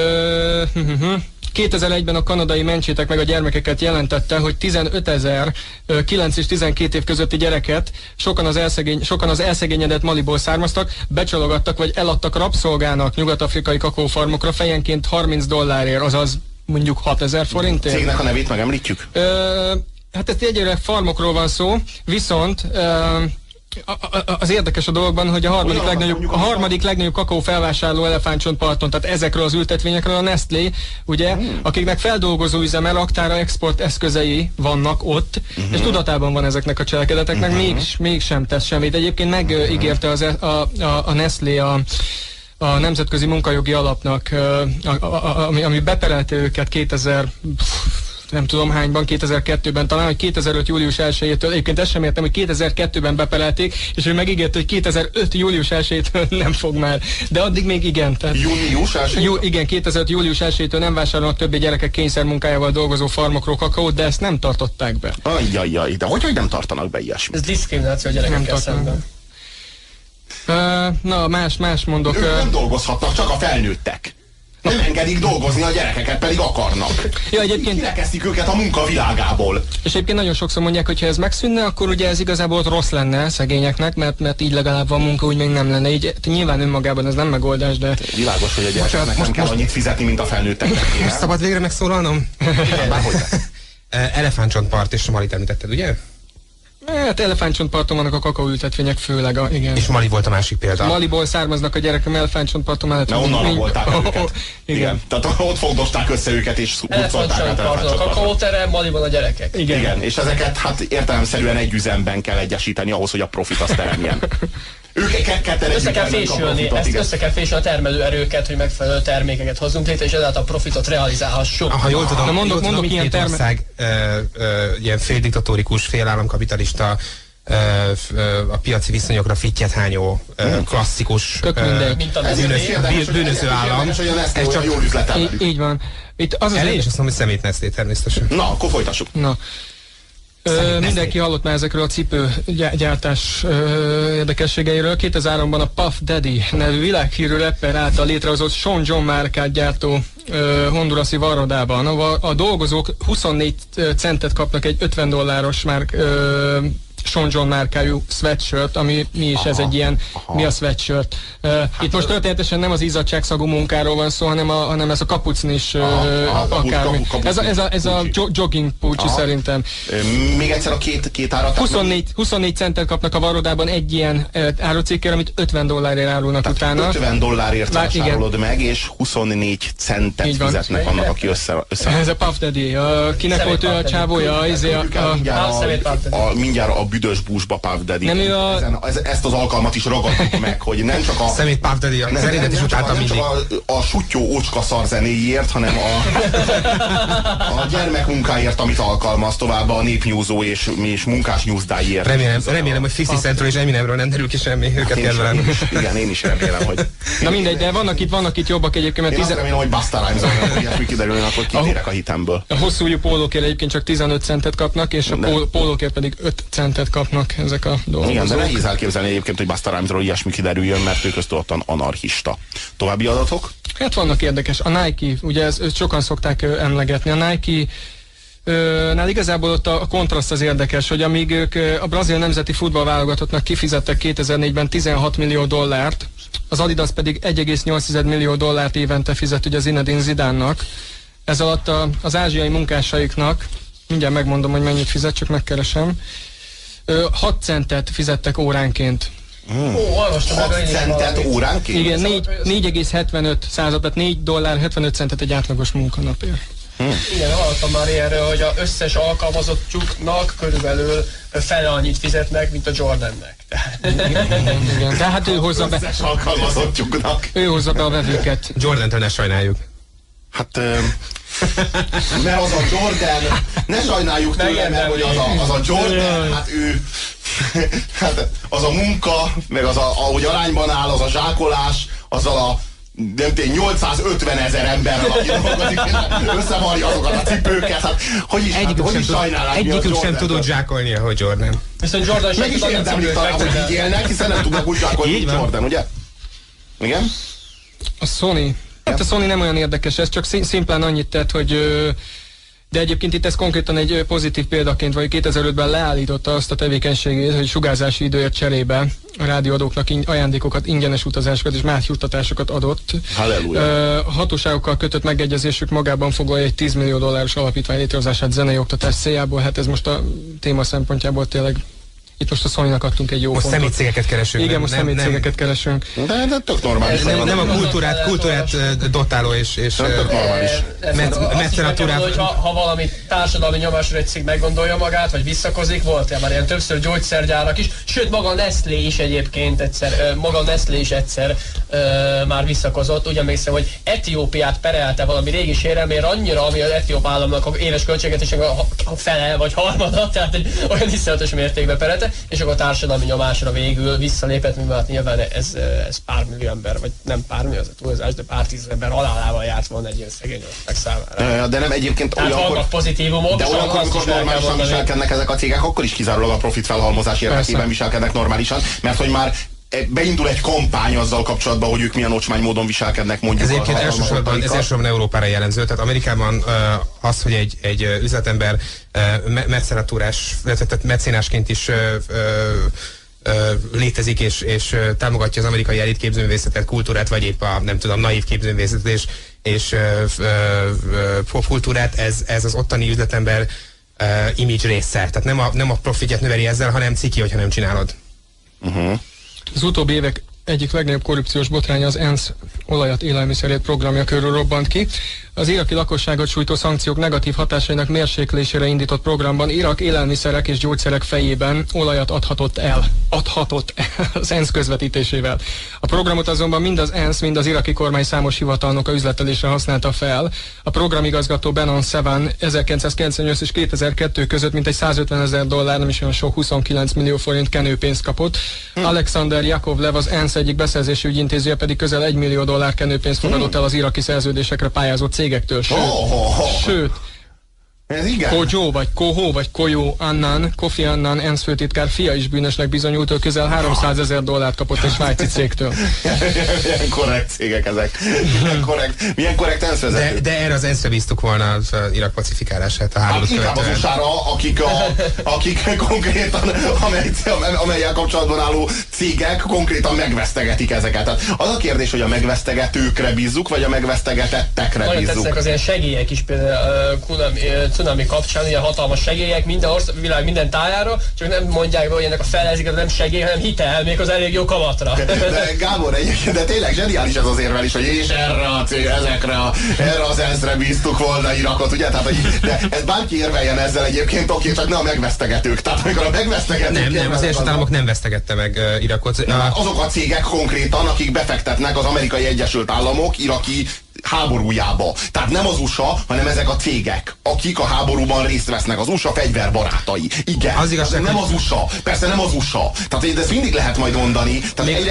2001-ben a kanadai Mentsétek meg a gyermekeket jelentette, hogy 15 000 9 és 12 év közötti gyereket sokan az elszegényedett Maliból származtak, becsalogattak vagy eladtak rabszolgának nyugat-afrikai kakaófarmokra fejenként $30, azaz mondjuk 6000 forintért. Cégnek a nevét megemlítjük? Hát ez egyre farmokról van szó, viszont az érdekes a dologban, hogy a harmadik legnagyobb kakaó felvásárló elefántcsontparton, tehát ezekről az ültetvényekről a Nestlé, ugye, akiknek feldolgozó üzeme, raktára, export eszközei vannak ott, és tudatában van ezeknek a cselekedeteknek, mégsem tesz semmit. Egyébként megígérte a Nestlé a Nemzetközi Munkajogi Alapnak, ami beperelte őket 2000... nem tudom hányban, 2002-ben talán, hogy 2005. július 1-től, egyébként ezt sem értem, hogy 2002-ben bepelelték, és ő megígérte, hogy 2005. július 1-től nem fog már. De addig még igen. Tehát, június 1? Igen, 2005. július 1-től nem vásárolnak többé gyerekek kényszermunkájával dolgozó farmokról kakaót, de ezt nem tartották be. Ajjajjaj, de hogy nem tartanak be ilyesmit? Ez diszkrimináció a gyerekekkel szemben. Na, más mondok. Ők nem dolgozhatnak, csak a felnőttek. Nem engedik dolgozni a gyerekeket, pedig akarnak. Ja, egyébként kirekeztik őket a munka világából. És egyébként nagyon sokszor mondják, hogy ha ez megszűnne, akkor ugye ez igazából rossz lenne szegényeknek, mert így legalább van munka, úgy még nem lenne. Így nyilván önmagában ez nem megoldás, de... Világos, hogy a gyerekeknek nem kell annyit fizetni, mint a felnőtteknek. Most szabad végre megszólalnom? Igen, bárhogy. Elefántcsontpart és Somalit említetted, ugye? Hát elefántcsontparton vannak a kakaóültetvények főleg, igen. És Mali volt a másik példa. Maliból származnak a gyerekek, elefántcsontparton mellett. Na onnan rabolták őket. Igen. Tehát ott fogdosták össze őket, és hurcolták át elefántcsontparton. A kakaóterem, Maliban a gyerekek. Igen. És ezeket hát értelemszerűen egy üzemben kell egyesíteni ahhoz, hogy a profit azt teremjen. Össze kell fésülni, össze kell fésülni a termelőerőket, hogy megfelelő termékeket hozzunk létre, és ezáltal a profitot realizálhassuk. Ha jól tudom, mondok ilyen ország ilyen féldiktatórikus, félállamkapitalista, a piaci viszonyokra fittyet hányó, klasszikus, bűnöző állam. Ez csak jól üzletel. Így van. Itt az én is azt mondom, hogy szemét Nestlé természetesen. Na, akkor folytassuk. Na. Mindenki hallott már ezekről a cipőgyártás érdekességeiről. 2003-ban a Puff Daddy nevű világhírű rapper által létrehozott Sean John márkát gyártó hondurasi varrodában. A dolgozók 24 centet kapnak egy $50 Sean John márkájú sweatshirt, ami mi is, ez egy ilyen, mi a sweatshirt. Itt most történetesen nem az izzadságszagú munkáról van szó, hanem ez a kapucnis akármi. Ez a jogging pulcsi szerintem. Még egyszer a két árat. 24 centet kapnak a varrodában egy ilyen árucikkért, amit $50 árulnak utána. $50 vásárolod meg, a 24 centet fizetnek annak, aki össze. Ez a Puff Daddy. Kinek volt ő a csávója? Mindjárt a büdös búzsba Puff Daddy. Ezt az alkalmat is ragadjuk meg, hogy nem csak a szemét Puff Daddy, az eredet is utáltam mindig. A sutyó ócska szarzenéért, hanem a gyermekmunkáért, amit alkalmaz, tovább a népnyúzó és munkás nyúzdáiért. Remélem, hogy 50 Centről és Eminemről nem derül ki semmi, őket kedvelem. Igen, én is remélem, hogy... Na mindegy, de vannak itt jobbak egyébként, mert... Én azt remélem, hogy Busta Rhymes-on, hogy ilyesmi kiderül, akkor kitérek a hitemből. A hosszújú pólókért egyébként csak 15 centet kapnak, és a pólókért pedig 5 centet kapnak ezek a dolgok. Igen, de nehéz elképzelni egyébként, hogy Busta Rhymes-ról ilyesmi kiderüljön, mert ő köztudottan anarchista. További adatok? Hát vannak érdekes. A Nike, ugye ezt sokan szokták emlegetni. A Nike nál igazából ott a kontraszt az érdekes, hogy amíg ők a brazil nemzeti futballválogatottnak kifizettek 2004-ben $16 millió, az Adidas pedig $1,8 millió évente fizet ugye Zinedine Zidane-nak. Ez alatt az ázsiai munkásaiknak, mindjárt megmondom, hogy mennyit fizet, csak megkeresem, 6 centet fizettek óránként. 6 centet óránként? Igen, 4,75 század, tehát $4.75 egy átlagos munkanapért. Igen, hallottam már ilyenről, hogy az összes alkalmazottjuknak körülbelül fele annyit fizetnek, mint a Jordannek. Igen, tehát ő hozza be. Összes alkalmazottjuknak. Ő hozza be a vevőket. Jordantől ne sajnáljuk. Hát... mert az a Jordan, ne sajnáljuk tőle, mert hogy az a Jordan, hát ő, hát az a munka, meg az ahogy arányban áll, az a zsákolás, azzal a 850 000 emberrel, aki dolgozik, összevarja azokat a cipőket, hát hogy is sajnálják. Egyikük sem tudott zsákolni, ahogy Jordan. Viszont Jordan meg is érdemlik talán, hogy így élnek, hiszen nem tudnak úgy zsákolni, mint Jordan, ugye? Igen? A Sony. Hát a Sony nem olyan érdekes, ez csak szimplán annyit tett, hogy de egyébként itt ez konkrétan egy pozitív példaként, vagy 2005-ben leállította azt a tevékenységét, hogy sugárzási időért cserébe a rádióadóknak ajándékokat, ingyenes utazásokat és más juttatásokat adott. Halleluja. Hatóságokkal kötött megegyezésük magában foglalja egy $10 millió alapítvány létrehozását zenei oktatás céljából, hát ez most a téma szempontjából tényleg. Itt most a Sony-nak adtunk egy jó most pontot. Most szemétcégeket keresünk. Igen, most szemétcégeket keresünk. De tök normális. Nem a kultúrát dotáló és tök normális. Mecenatúrát. Ha valami társadalmi nyomásra egy cég meggondolja magát, vagy visszakozik, volt már ilyen többször gyógyszergyárak is, sőt maga a Nestlé is egyébként egyszer, már visszakozott. Úgy emlékszem, hogy Etiópiát perelte valami régi sérelmért annyira, ami az etióp államnak a éves költségvetésnek a fele vagy harmada, tehát egy olyan iszonyatos mértékben perelte, és akkor a társadalmi nyomásra végül visszalépett, mivel hát nyilván ez pár millió ember, vagy nem pár millió, az a túlzás, de pár tízezer ember halálával járt volna egy ilyen szegény ország számára. De nem egyébként olyankor, pozitívumok, de olyankor, amikor normálisan viselkednek ezek a cégek, akkor is kizárólag a profit felhalmozás érdekében viselkednek normálisan, mert hogy már beindul egy kampány azzal kapcsolatban, hogy ők milyen ocsmány módon viselkednek, mondjuk. Ez egyébként elsősorban Európára jellemző. Tehát Amerikában az, hogy egy üzletember mecenásként is létezik és támogatja az amerikai elit képzőművészetet, kultúrát, vagy épp a nem tudom, naív képzőművészetet és popkultúrát, ez az ottani üzletember image része. Tehát nem a profitját növeli ezzel, hanem ciki, hogyha nem csinálod. Az utóbbi évek egyik legnagyobb korrupciós botránya az ENSZ olajat, élelmiszerét programja körül robbant ki. Az iraki lakosságot sújtó szankciók negatív hatásainak mérséklésére indított programban Irak élelmiszerek és gyógyszerek fejében olajat adhatott el az ENSZ közvetítésével. A programot azonban mind az ENSZ, mind az iraki kormány számos hivatalnoka üzletelésre használta fel. A programigazgató Benon Sevan 1998 és 2002 között mintegy $150,000, nem is olyan sok, 29 millió forint kenőpénzt kapott. Alexander Yakovlev, az ENSZ egyik beszerzési ügyintézője pedig közel $1 millió kenőpénzt fogadott el az iraki szerződésekre pályázó cégektől. Sőt, ez igen. Koho vagy Koyo Annan, Kofi Annan ENSZ főtitkár fia is bűnösnek bizonyult, hogy közel $300,000 kapott egy svájci cégtől. Milyen korrekt cégek ezek. Milyen korrekt ENSZ vezető. De erre az ENSZ-re bíztuk volna az Irak pacifikálását a háborút követően. Az USA-ra, akik konkrétan, amellyel kapcsolatban álló cégek konkrétan megvesztegetik ezeket. Tehát az a kérdés, hogy a megvesztegetőkre bízzuk, vagy a megvesztegetettekre bízzuk. Tetszenek az ilyen segélyek is, például cunami kapcsán, ilyen hatalmas segélyek minden világ minden tájára, csak nem mondják be, hogy ennek a felezéket nem segély, hanem hitel, még az elég jó kamatra. De Gábor, de tényleg zseniális ez az érvelés, hogy és erre az ENSZ-re bíztuk volna Irakot, ugye? Tehát, hogy de ez bárki érveljen ezzel egyébként, oké, csak ne a megvesztegetők. Tehát amikor a megvesztegetők... Nem, az Egyesült Államok nem vesztegette meg Irakot. Azok a cégek konkrétan, akik befektetnek az Amerikai Egyesült Államok iraki háborújába. Tehát nem az USA, hanem ezek a cégek, akik a háborúban részt vesznek. Az USA fegyverbarátai. Igen. Az igazság, nem az USA. Persze nem az USA. Tehát ezt mindig lehet majd mondani. Tehát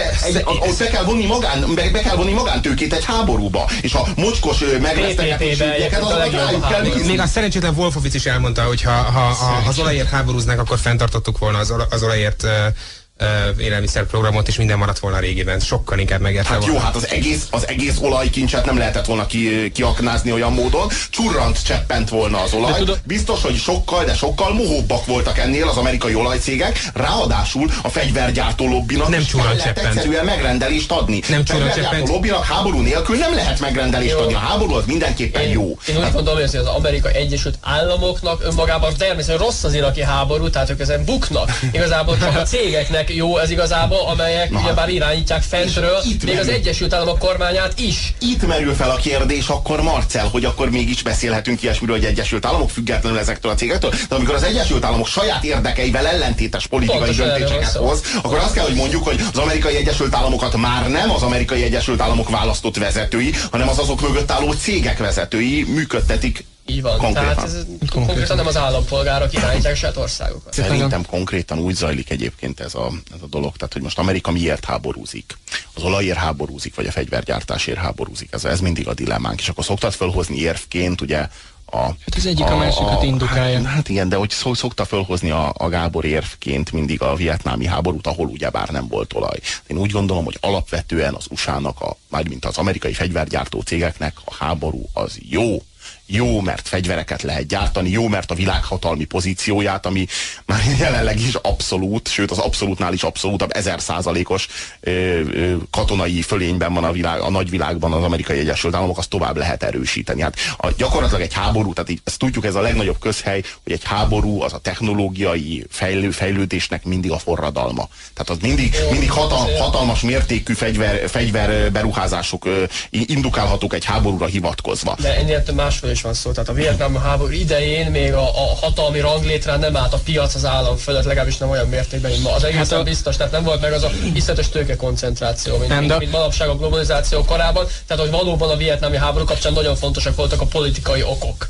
be kell vonni magántőkét egy háborúba. És a mocskos megvesztegetés ügyeket, azokat rájuk kell nézni. Még a szerencsétlen Wolfowitz is elmondta, hogy ha az olajért háborúznak, akkor fenntartottuk volna az olajért élelmiszerprogramot, és minden maradt volna régiben. Sokkal inkább megérte volna. Jó, hát az egész olajkincset nem lehetett volna kiaknázni olyan módon. Csurrant cseppent volna az olaj. Biztos, hogy sokkal mohóbbak voltak ennél az amerikai olajcégek. Ráadásul a fegyvergyártó lobbinak nem lehet egyszerűen megrendelést adni. Nem fegyvergyártó lobbinak háború nélkül nem lehet megrendelést adni. A háború az mindenképpen jó. Én úgy gondolom, hogy az Amerikai Egyesült Államoknak önmagában természetesen rossz az iraki háború, tehát ők ezen buknak. Igazából csak a cégeknek jó ez igazából, amelyek ugyebár irányítják fentről, még az Egyesült Államok kormányát is. Itt merül fel a kérdés akkor, Marcel, hogy akkor mégis beszélhetünk ilyesmiről, hogy Egyesült Államok függetlenül ezektől a cégektől, de amikor az Egyesült Államok saját érdekeivel ellentétes politikai döntéseket hoz, akkor azt kell, hogy mondjuk, hogy az Amerikai Egyesült Államokat már nem az Amerikai Egyesült Államok választott vezetői, hanem az azok mögött álló cégek vezetői működtetik. Így van, konkrétan. Tehát ez konkrétan nem az állampolgárok irányítják saját országokat. Szerintem konkrétan úgy zajlik egyébként ez a dolog, tehát hogy most Amerika miért háborúzik? Az olajért háborúzik, vagy a fegyvergyártásért háborúzik? Ez mindig a dilemmánk, és akkor szoktad fölhozni érvként, ugye hát az egyik a másikat indukálja. Hát igen, de hogy szokta fölhozni a Gábor érvként mindig a vietnámi háborút, ahol ugyebár nem volt olaj. Én úgy gondolom, hogy alapvetően az USA-nak, mármint az amerikai fegyvergyártó cégeknek a háború az jó. Jó, mert fegyvereket lehet gyártani, jó, mert a világhatalmi pozícióját, ami már jelenleg is abszolút, sőt az abszolútnál is abszolútabb 1000%-os katonai fölényben van a nagyvilágban az Amerikai Egyesült Államok, azt tovább lehet erősíteni. Hát gyakorlatilag egy háború, tehát így, ezt tudjuk, ez a legnagyobb közhely, hogy egy háború az a technológiai fejlődésnek mindig a forradalma. Tehát az mindig hatalmas mértékű fegyverberuházások indukálhatók egy háborúra hivatkozva. De ennél másfél is van szó. Tehát a vietnámi háború idején még a hatalmi ranglétrán nem állt a piac az állam fölött, legalábbis nem olyan mértékben, mint ma. Az egészen biztos, tehát nem volt meg az a iszletes tőkekoncentráció, mint manapság a globalizáció korában. Tehát, hogy valóban a vietnámi háború kapcsán nagyon fontosak voltak a politikai okok.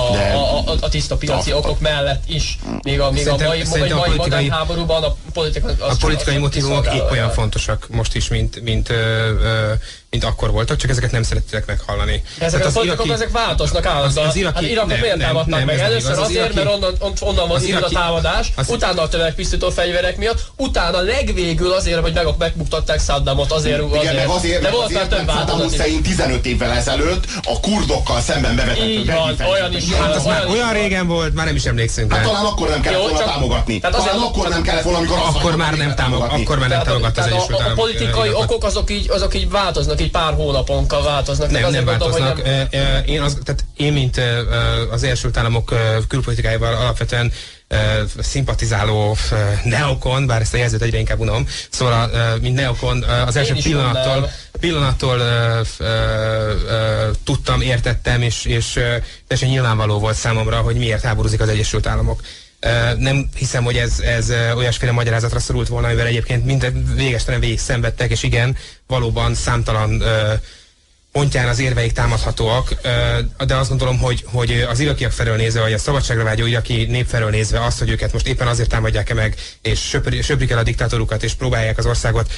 A tiszta piaci okok mellett is. Még a mai modern háborúban a politikai motivumok épp olyan fontosak most is, mint akkor voltak, csak ezeket nem szeretnék meghallani. Ezek a politikok, ezek változnak állandóan. Az Irakot miért támadták meg? Először azért, mert onnan van indul a támadás, utána a tömegpusztító fegyverek miatt, utána legvégül azért, hogy megbuktatták Saddamot, azért. De volt már több Saddam Hussein 15 évvel ezelőtt a kurdokkal szemben bevetett olyan is. Hát az már olyan régen volt, már nem is emlékszünk. Hát talán akkor nem kellett volna támogatni. Talán akkor nem kellett volna, amikor akkor már nem támogatta az Egyesült Államok. A politikai okok azok így változnak, így pár hónaponkkal változnak. Nem változnak. Én, mint az Egyesült Államok külpolitikájával alapvetően szimpatizáló neokon, bár ezt a jelzőt egyre inkább unom, szóval mint neokon az első pillanattól tudtam, értettem, és teljesen nyilvánvaló volt számomra, hogy miért háborúzik az Egyesült Államok. Nem hiszem, hogy ez olyasféle magyarázatra szorult volna, amivel egyébként minden végestelen végig szenvedtek, és igen, valóban számtalan pontján az érveik támadhatóak, de azt gondolom, hogy az irakiak felől nézve, vagy a szabadságra vágyó iraki nép felől nézve azt, hogy őket most éppen azért támadják-e meg, és söprik el a diktátorukat, és próbálják az országot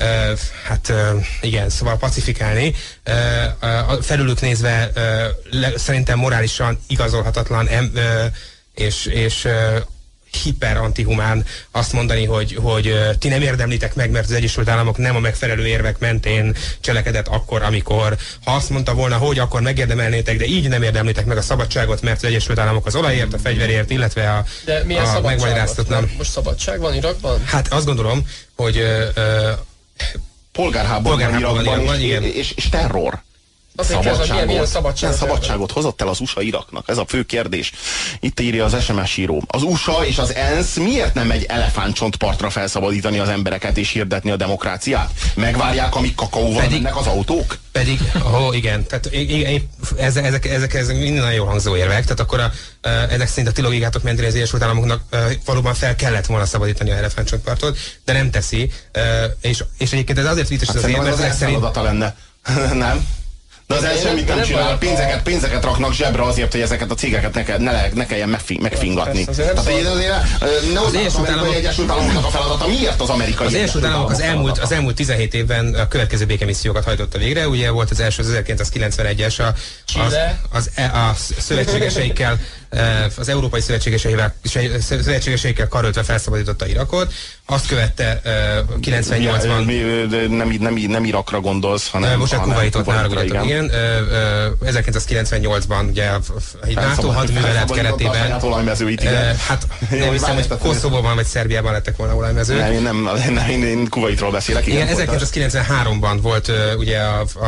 igen, szóval pacifikálni. Felülük nézve szerintem morálisan igazolhatatlan és hiper antihumán azt mondani, hogy ti nem érdemlitek meg, mert az Egyesült Államok nem a megfelelő érvek mentén cselekedett akkor, amikor. Ha azt mondta volna, hogy akkor megérdemelnétek, de így nem érdemlitek meg a szabadságot, mert az Egyesült Államok az olajért, a fegyverért, illetve a megmagyaráztatlan. Most szabadság van Irakban? Hát azt gondolom, hogy polgárháború van Irakban, és terror. Szabadságot hozott el az USA Iraknak? Ez a fő kérdés. Itt írja az SMS író. Az USA és az ENSZ miért nem megy elefántcsontpartra felszabadítani az embereket és hirdetni a demokráciát? Megvárják, amíg kakaóval mennek az autók? Pedig, igen, tehát ezek minden nagyon jól hangzó érvek, tehát akkor ezek szerint a ti logikátok mentén az Egyesült Államoknak valóban fel kellett volna szabadítani a elefántcsontpartot, de nem teszi, és egyébként ez azért vicces, az érv, mert ezek szerint... lenne. Nem? De az első semmit nem csinál, pénzeket raknak zsebre azért, hogy ezeket a cégeket ne kelljen megfingatni. Tehát az Egyesült Államoknak a feladata miért az amerikai? Az Egyesült Államok az elmúlt 17 évben a következő békemissziókat hajtotta végre. Ugye volt az első az 1991-es a szövetségeseikkel, az európai szövetségeseikkel karöltve felszabadította Irakot. Azt követte 98-ban... Nem Irakra gondolsz, hanem... Most a Kuvaitot náragudjatok, igen. 1998-ban ugye egy NATO hadművelet keretében... Hát nem hiszem, hogy Koszovóban vagy Szerbiában lettek volna olajmezők. Én Kuvaitról beszélek. Igen, 1993-ban volt ugye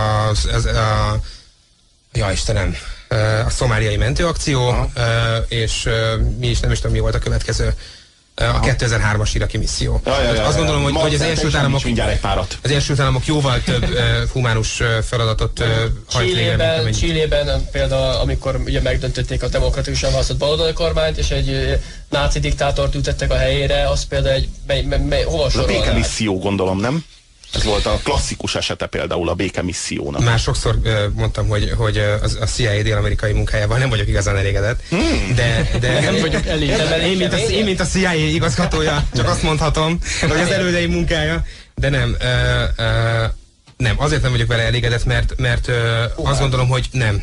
ja Istenem, a szomáliai mentőakció, és mi is nem is tudom, mi volt a következő. A 2003-as iraki misszió. Azt gondolom, hogy az Egyesült Államok jóval több humánus feladatot hajt végre. Chilében például, amikor ugye megdöntötték a demokratikusan választott baloldali kormányt, és egy náci diktátort ültettek a helyére, az például hova sorolnák? A békemisszió, gondolom, nem? Ez volt a klasszikus esete például a békemissziónak. Már sokszor mondtam, hogy a CIA dél-amerikai munkájával nem vagyok igazán elégedett, de nem vagyok elégedett. Én, mint a CIA igazgatója, csak azt mondhatom, hogy az elődeim munkája, de nem, azért nem vagyok vele elégedett, mert azt gondolom, hogy nem.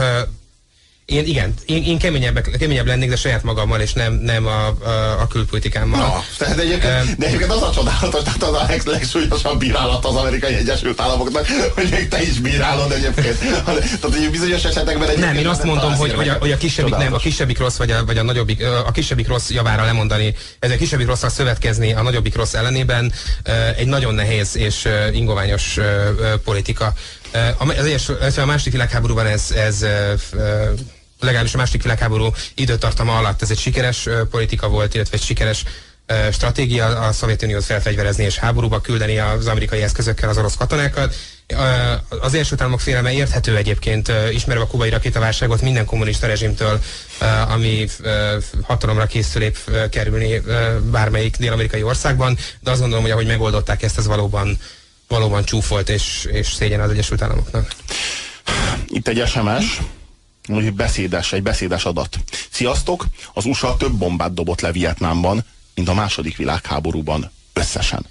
Én keményebb lennék, de saját magammal, és nem a külpolitikámmal. Na, de egyébként az a csodálatos, tehát az a legsúlyosabb bírálat az Amerikai Egyesült Államoknak, hogy még te is bírálod egyébként. Tehát, hogy bizonyos esetekben egyébként... Nem, én azt mondom, hogy a kisebbik rossz, vagy a nagyobbik, a kisebbik rossz javára lemondani, ez a kisebbik rosszal szövetkezni a nagyobbik rossz ellenében egy nagyon nehéz és ingoványos politika. A második világháborúban ez legalábbis a második világháború időtartama alatt ez egy sikeres politika volt, illetve egy sikeres stratégia a Szovjetuniót felfegyverezni és háborúba küldeni az amerikai eszközökkel az orosz katonákat. Az Egyesült Államok félelme érthető egyébként, ismerve a kubai rakétaválságot minden kommunista rezsimtől, ami hatalomra készül épp kerülni bármelyik dél-amerikai országban, de azt gondolom, hogy ahogy megoldották ezt, ez valóban csúfolt és szégyen az Egyesült Államoknak. Itt egy SMS, egy beszédes adat. Sziasztok! Az USA több bombát dobott le Vietnámban, mint a második világháborúban összesen.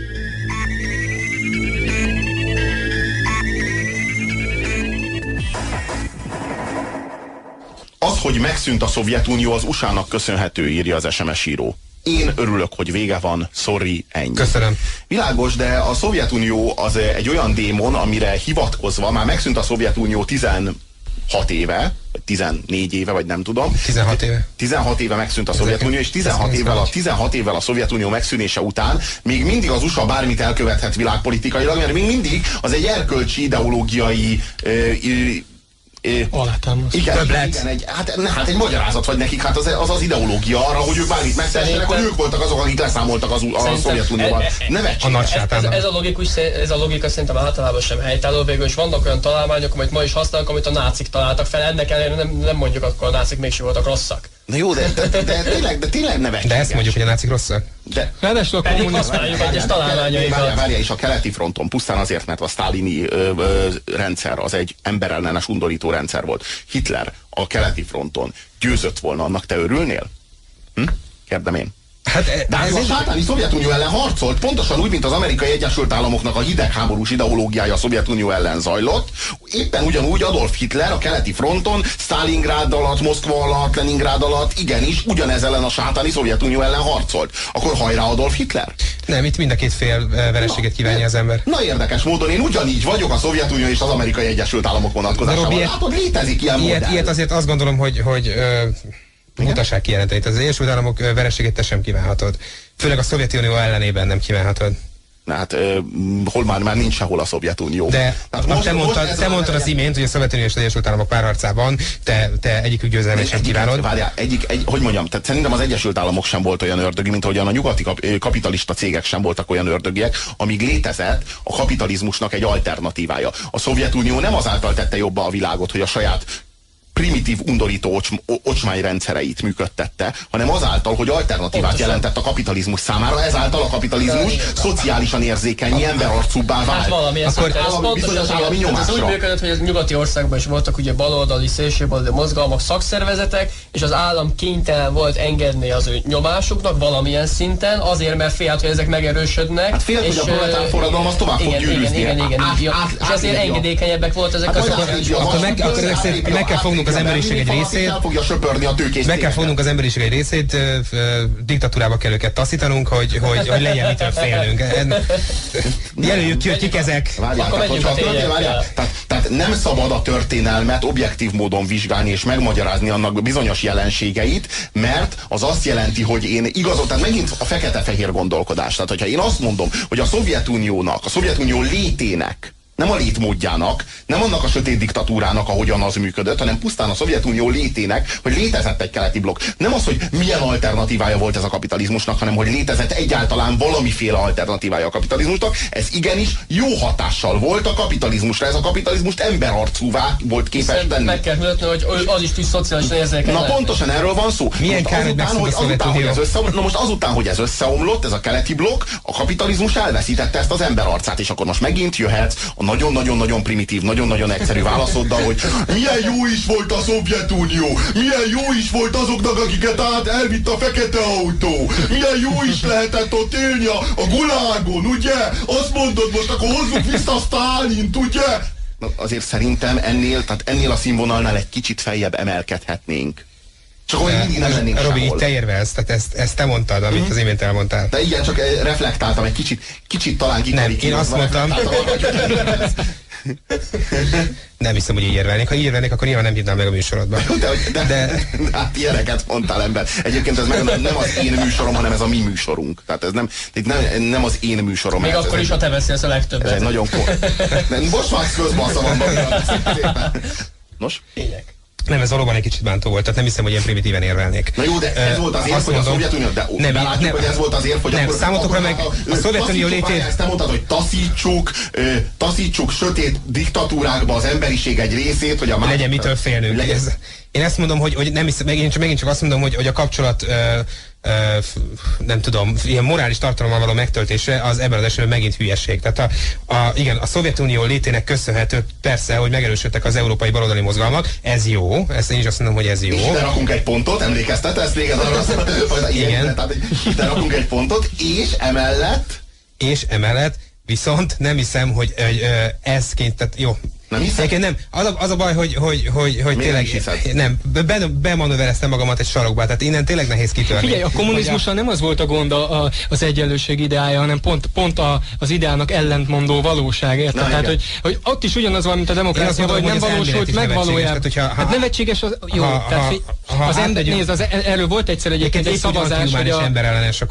Az, hogy megszűnt a Szovjetunió, az USA-nak köszönhető, írja az SMS író. Én örülök, hogy vége van, sorry, ennyi. Köszönöm. Világos, de a Szovjetunió az egy olyan démon, amire hivatkozva már megszűnt a Szovjetunió 16 éve, vagy 14 éve, vagy nem tudom. 16 éve. 16 éve megszűnt a Szovjetunió, és 16 évvel a Szovjetunió megszűnése után még mindig az USA bármit elkövethet világpolitikailag, mert még mindig az egy erkölcsi ideológiai alátámaszt. Igen, hát egy magyarázat vagy nekik, hát az ideológia arra, hogy ők bármit megtessenek, hogy ők voltak azok, akik leszámoltak a Szovjetunióval. Ez a logika szerintem általában sem helytálló, végül is vannak olyan találmányok, amit ma is használnak, amit a nácik találtak fel, ennek ellenére nem mondjuk akkor a nácik mégsem voltak rosszak. Na jó, de tényleg nevetséges. De ezt mondjuk, hogy a nácik rosszak. Pedig használjuk egyes találmányaikat. Várja, és a keleti fronton pusztán azért, mert a sztálini rendszer az egy emberellenes undorító rendszer volt. Hitler a keleti fronton győzött volna, annak te örülnél? Kérdem én. De ez a sátáni Szovjetunió ellen harcolt, pontosan úgy, mint az Amerikai Egyesült Államoknak a hidegháborús ideológiája a Szovjetunió ellen zajlott. Éppen ugyanúgy Adolf Hitler a keleti fronton, Sztálingrád alatt, Moszkva alatt, Leningrád alatt, igenis, ugyanez ellen a sátáni Szovjetunió ellen harcolt. Akkor hajrá Adolf Hitler? Nem, itt mind a két fél vereséget kívánja az ember. Na érdekes módon én ugyanígy vagyok a Szovjetunió és az Amerikai Egyesült Államok vonatkozásában. Látod, létezik ilyen modell. Ilyet azért azt gondolom, hogy mutassák kijelenteit. Az Egyesült Államok vereségét te sem kívánhatod. Főleg a Szovjetunió ellenében nem kívánhatod. Na hát hol már nincs sehol a Szovjetunió. De te mondtad az imént, hogy a Szovjetunió és az Egyesült Államok párharcában te egyikük győzelmét sem kívánod. Várjál, hogy mondjam, tehát szerintem az Egyesült Államok sem volt olyan ördögi, mint ahogyan a nyugati kapitalista cégek sem voltak olyan ördögiek, amíg létezett a kapitalizmusnak egy alternatívája. A Szovjetunió nem azáltal tette jobbá a világot, hogy a saját primitív, undorító ocsmányrendszereit működtette, hanem azáltal, hogy alternatívát jelentett a kapitalizmus számára, ezáltal a kapitalizmus szociálisan érzékeny, emberarcúbbá vált. Hát valamilyen bizonyos állami nyomásra. Ez úgy működött, hogy az nyugati országban is voltak ugye baloldali, szélsőbaloldali mozgalmak, szakszervezetek, és az állam kénytelen volt engedni az ő nyomásuknak valamilyen szinten, azért, mert félt, hogy ezek megerősödnek. Hát félt, hogy a proletár forradalom az tovább fog gyűrűzni. Igen. És ezért engedékenyebbek volt ezek a meg kell fognunk az emberiség egy részét. Meg kell fognunk az emberiség egy részét, diktatúrába kell őket taszítanunk, hogy legyen mitől félnünk. Jelöljük ki, hogy kik ezek. Tehát nem szabad a történelmet objektív módon vizsgálni és megmagyarázni annak bizonyos jelenségeit, mert az azt jelenti, hogy én igazol, tehát megint a fekete-fehér gondolkodás. Tehát, hogyha én azt mondom, hogy a Szovjetunió létének, nem a létmódjának, nem annak a sötét diktatúrának, ahogyan az működött, hanem pusztán a Szovjetunió létének, hogy létezett egy keleti blokk. Nem az, hogy milyen alternatívája volt ez a kapitalizmusnak, hanem hogy létezett egyáltalán valamiféle alternatívája a kapitalizmusnak. Ez igenis jó hatással volt a kapitalizmusra. Ez a kapitalizmust emberarcúvá volt képes tenni. Meg kell mutatni, hogy az is szociálisan érzékeny. Na pontosan erről van szó. Milyen kár, hogy megszűnt a Szovjetunió. Most azután, hogy ez összeomlott, ez a keleti blokk, a kapitalizmus elveszítette ezt az emberarcát, és akkor most megint jöhetsz a nagyon-nagyon-nagyon primitív, nagyon-nagyon egyszerű válaszoddal, hogy milyen jó is volt a Szovjetunió, milyen jó is volt azoknak, akiket elvitt a fekete autó, milyen jó is lehetett ott élni a Gulágon, ugye? Azt mondod most, akkor hozzuk vissza a Sztálint, ugye? Na, azért szerintem ennél a színvonalnál egy kicsit feljebb emelkedhetnénk. Csak hogy mindig nem lennénk Robi, te érvelsz, tehát ezt te mondtad, amit az imént elmondtál. De igen, csak reflektáltam egy kicsit talán kikarikírozva. Nem, én azt mondtam. Nem hiszem, hogy így érvelnék. Ha így érvelnék, akkor nyilván nem hívnám meg a műsorodba. De hát ilyeneket mondtál, ember. Egyébként ez nem az én műsorom, hanem ez a mi műsorunk. Tehát ez nem az én műsorom. Még akkor is, ha te beszélsz a legtöbbet. Ez nagyon most már közben a szavamban. Nos? Tényleg. Nem, ez valóban egy kicsit bántó volt, tehát nem hiszem, hogy ilyen primitíven érvelnék. Na jó, de ez volt azért, hogy a Szovjetunió, de belátjuk, hogy ez volt azért, hogy nem, számotokra meg a Szovjetunió létét... Ezt nem mondtad, hogy taszítsuk sötét diktatúrákba az emberiség egy részét, hogy a másik... Legyen mitől félnünk. Én ezt mondom, hogy nem hiszem, megint csak azt mondom, hogy a kapcsolat nem tudom, ilyen morális tartalommal való megtöltése az ebben az esetben megint hülyeség. Tehát igen, a Szovjetunió létének köszönhető persze, hogy megerősödtek az európai baloldali mozgalmak, ez jó, ezt én is azt mondom, hogy ez jó. És ide rakunk egy pontot, emlékeztet, ezt véged arra, hogy igen. Ide rakunk egy pontot, és emellett viszont nem hiszem, hogy ez tehát jó, Nem hiszed? Nem, az a baj, hogy tényleg nem, bemanővereztem magamat egy sarokba, tehát innen tényleg nehéz kitörni. Figyelj, a kommunizmussal nem az volt a gond az egyenlőség ideája, hanem pont az ideának ellentmondó valóság, érted? Tehát, hogy ott is ugyanaz van, mint a demokrácia, vagy nem valósult meg valójában. Hát nevetséges az... Jó, tehát az ember, nézd, erről volt egyszer egyébként egy szavazás, hogy a... emberellenes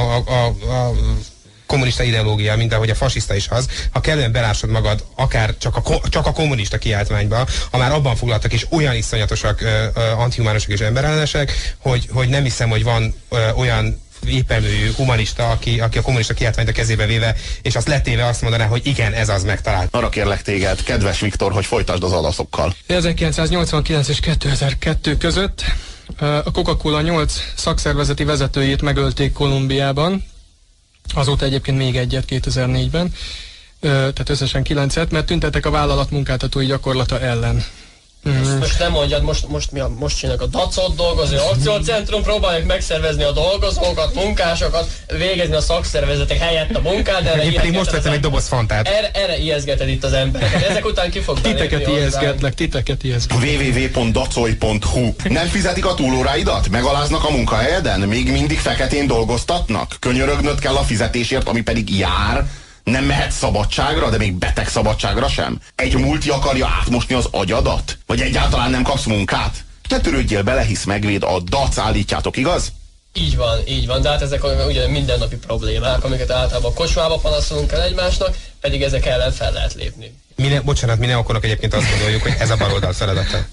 a kommunista ideológia, mint ahogy a fasiszta is az, ha kellően belásod magad, akár csak a kommunista kiáltványba, ha már abban foglaltak, és olyan iszonyatosak antihumánusok és emberellenesek, hogy nem hiszem, hogy van olyan épelmű humanista, aki a kommunista kiáltványt a kezébe véve, és azt letéve azt mondaná, hogy igen, ez az megtalált. Arra kérlek téged, kedves Viktor, hogy folytasd az adaszokkal. 1989 és 2002 között a Coca-Cola 8 szakszervezeti vezetőjét megölték Kolumbiában, azóta egyébként még egyet 2004-ben, tehát összesen 9-et, mert tüntettek a vállalat munkáltatói gyakorlata ellen. Most nem mondjad, most csinálják a DACOT, dolgozó akciócentrum, próbálják megszervezni a dolgozókat, munkásokat, végezni a szakszervezetek helyett a munkát, de én most vettem egy doboz fantát. Erre ijeszgeted itt az embereket. Ezek után ki fog titeket ijeszgetlek. www.dacoy.hu. Nem fizetik a túlóráidat? Megaláznak a munkahelyeden? Még mindig feketén dolgoztatnak? Könyörögnöd kell a fizetésért, ami pedig jár? Nem mehet szabadságra, de még beteg szabadságra sem? Egy multi akarja átmosni az agyadat? Vagy egyáltalán nem kapsz munkát? Ne törődjél bele, hisz megvéd, a DAC állítjátok, igaz? Így van, de hát ezek ugye mindennapi problémák, amiket általában a kocsmába panaszolunk el egymásnak, pedig ezek ellen fel lehet lépni. Mi ne okonok egyébként azt gondoljuk, hogy ez a baloldal feladata.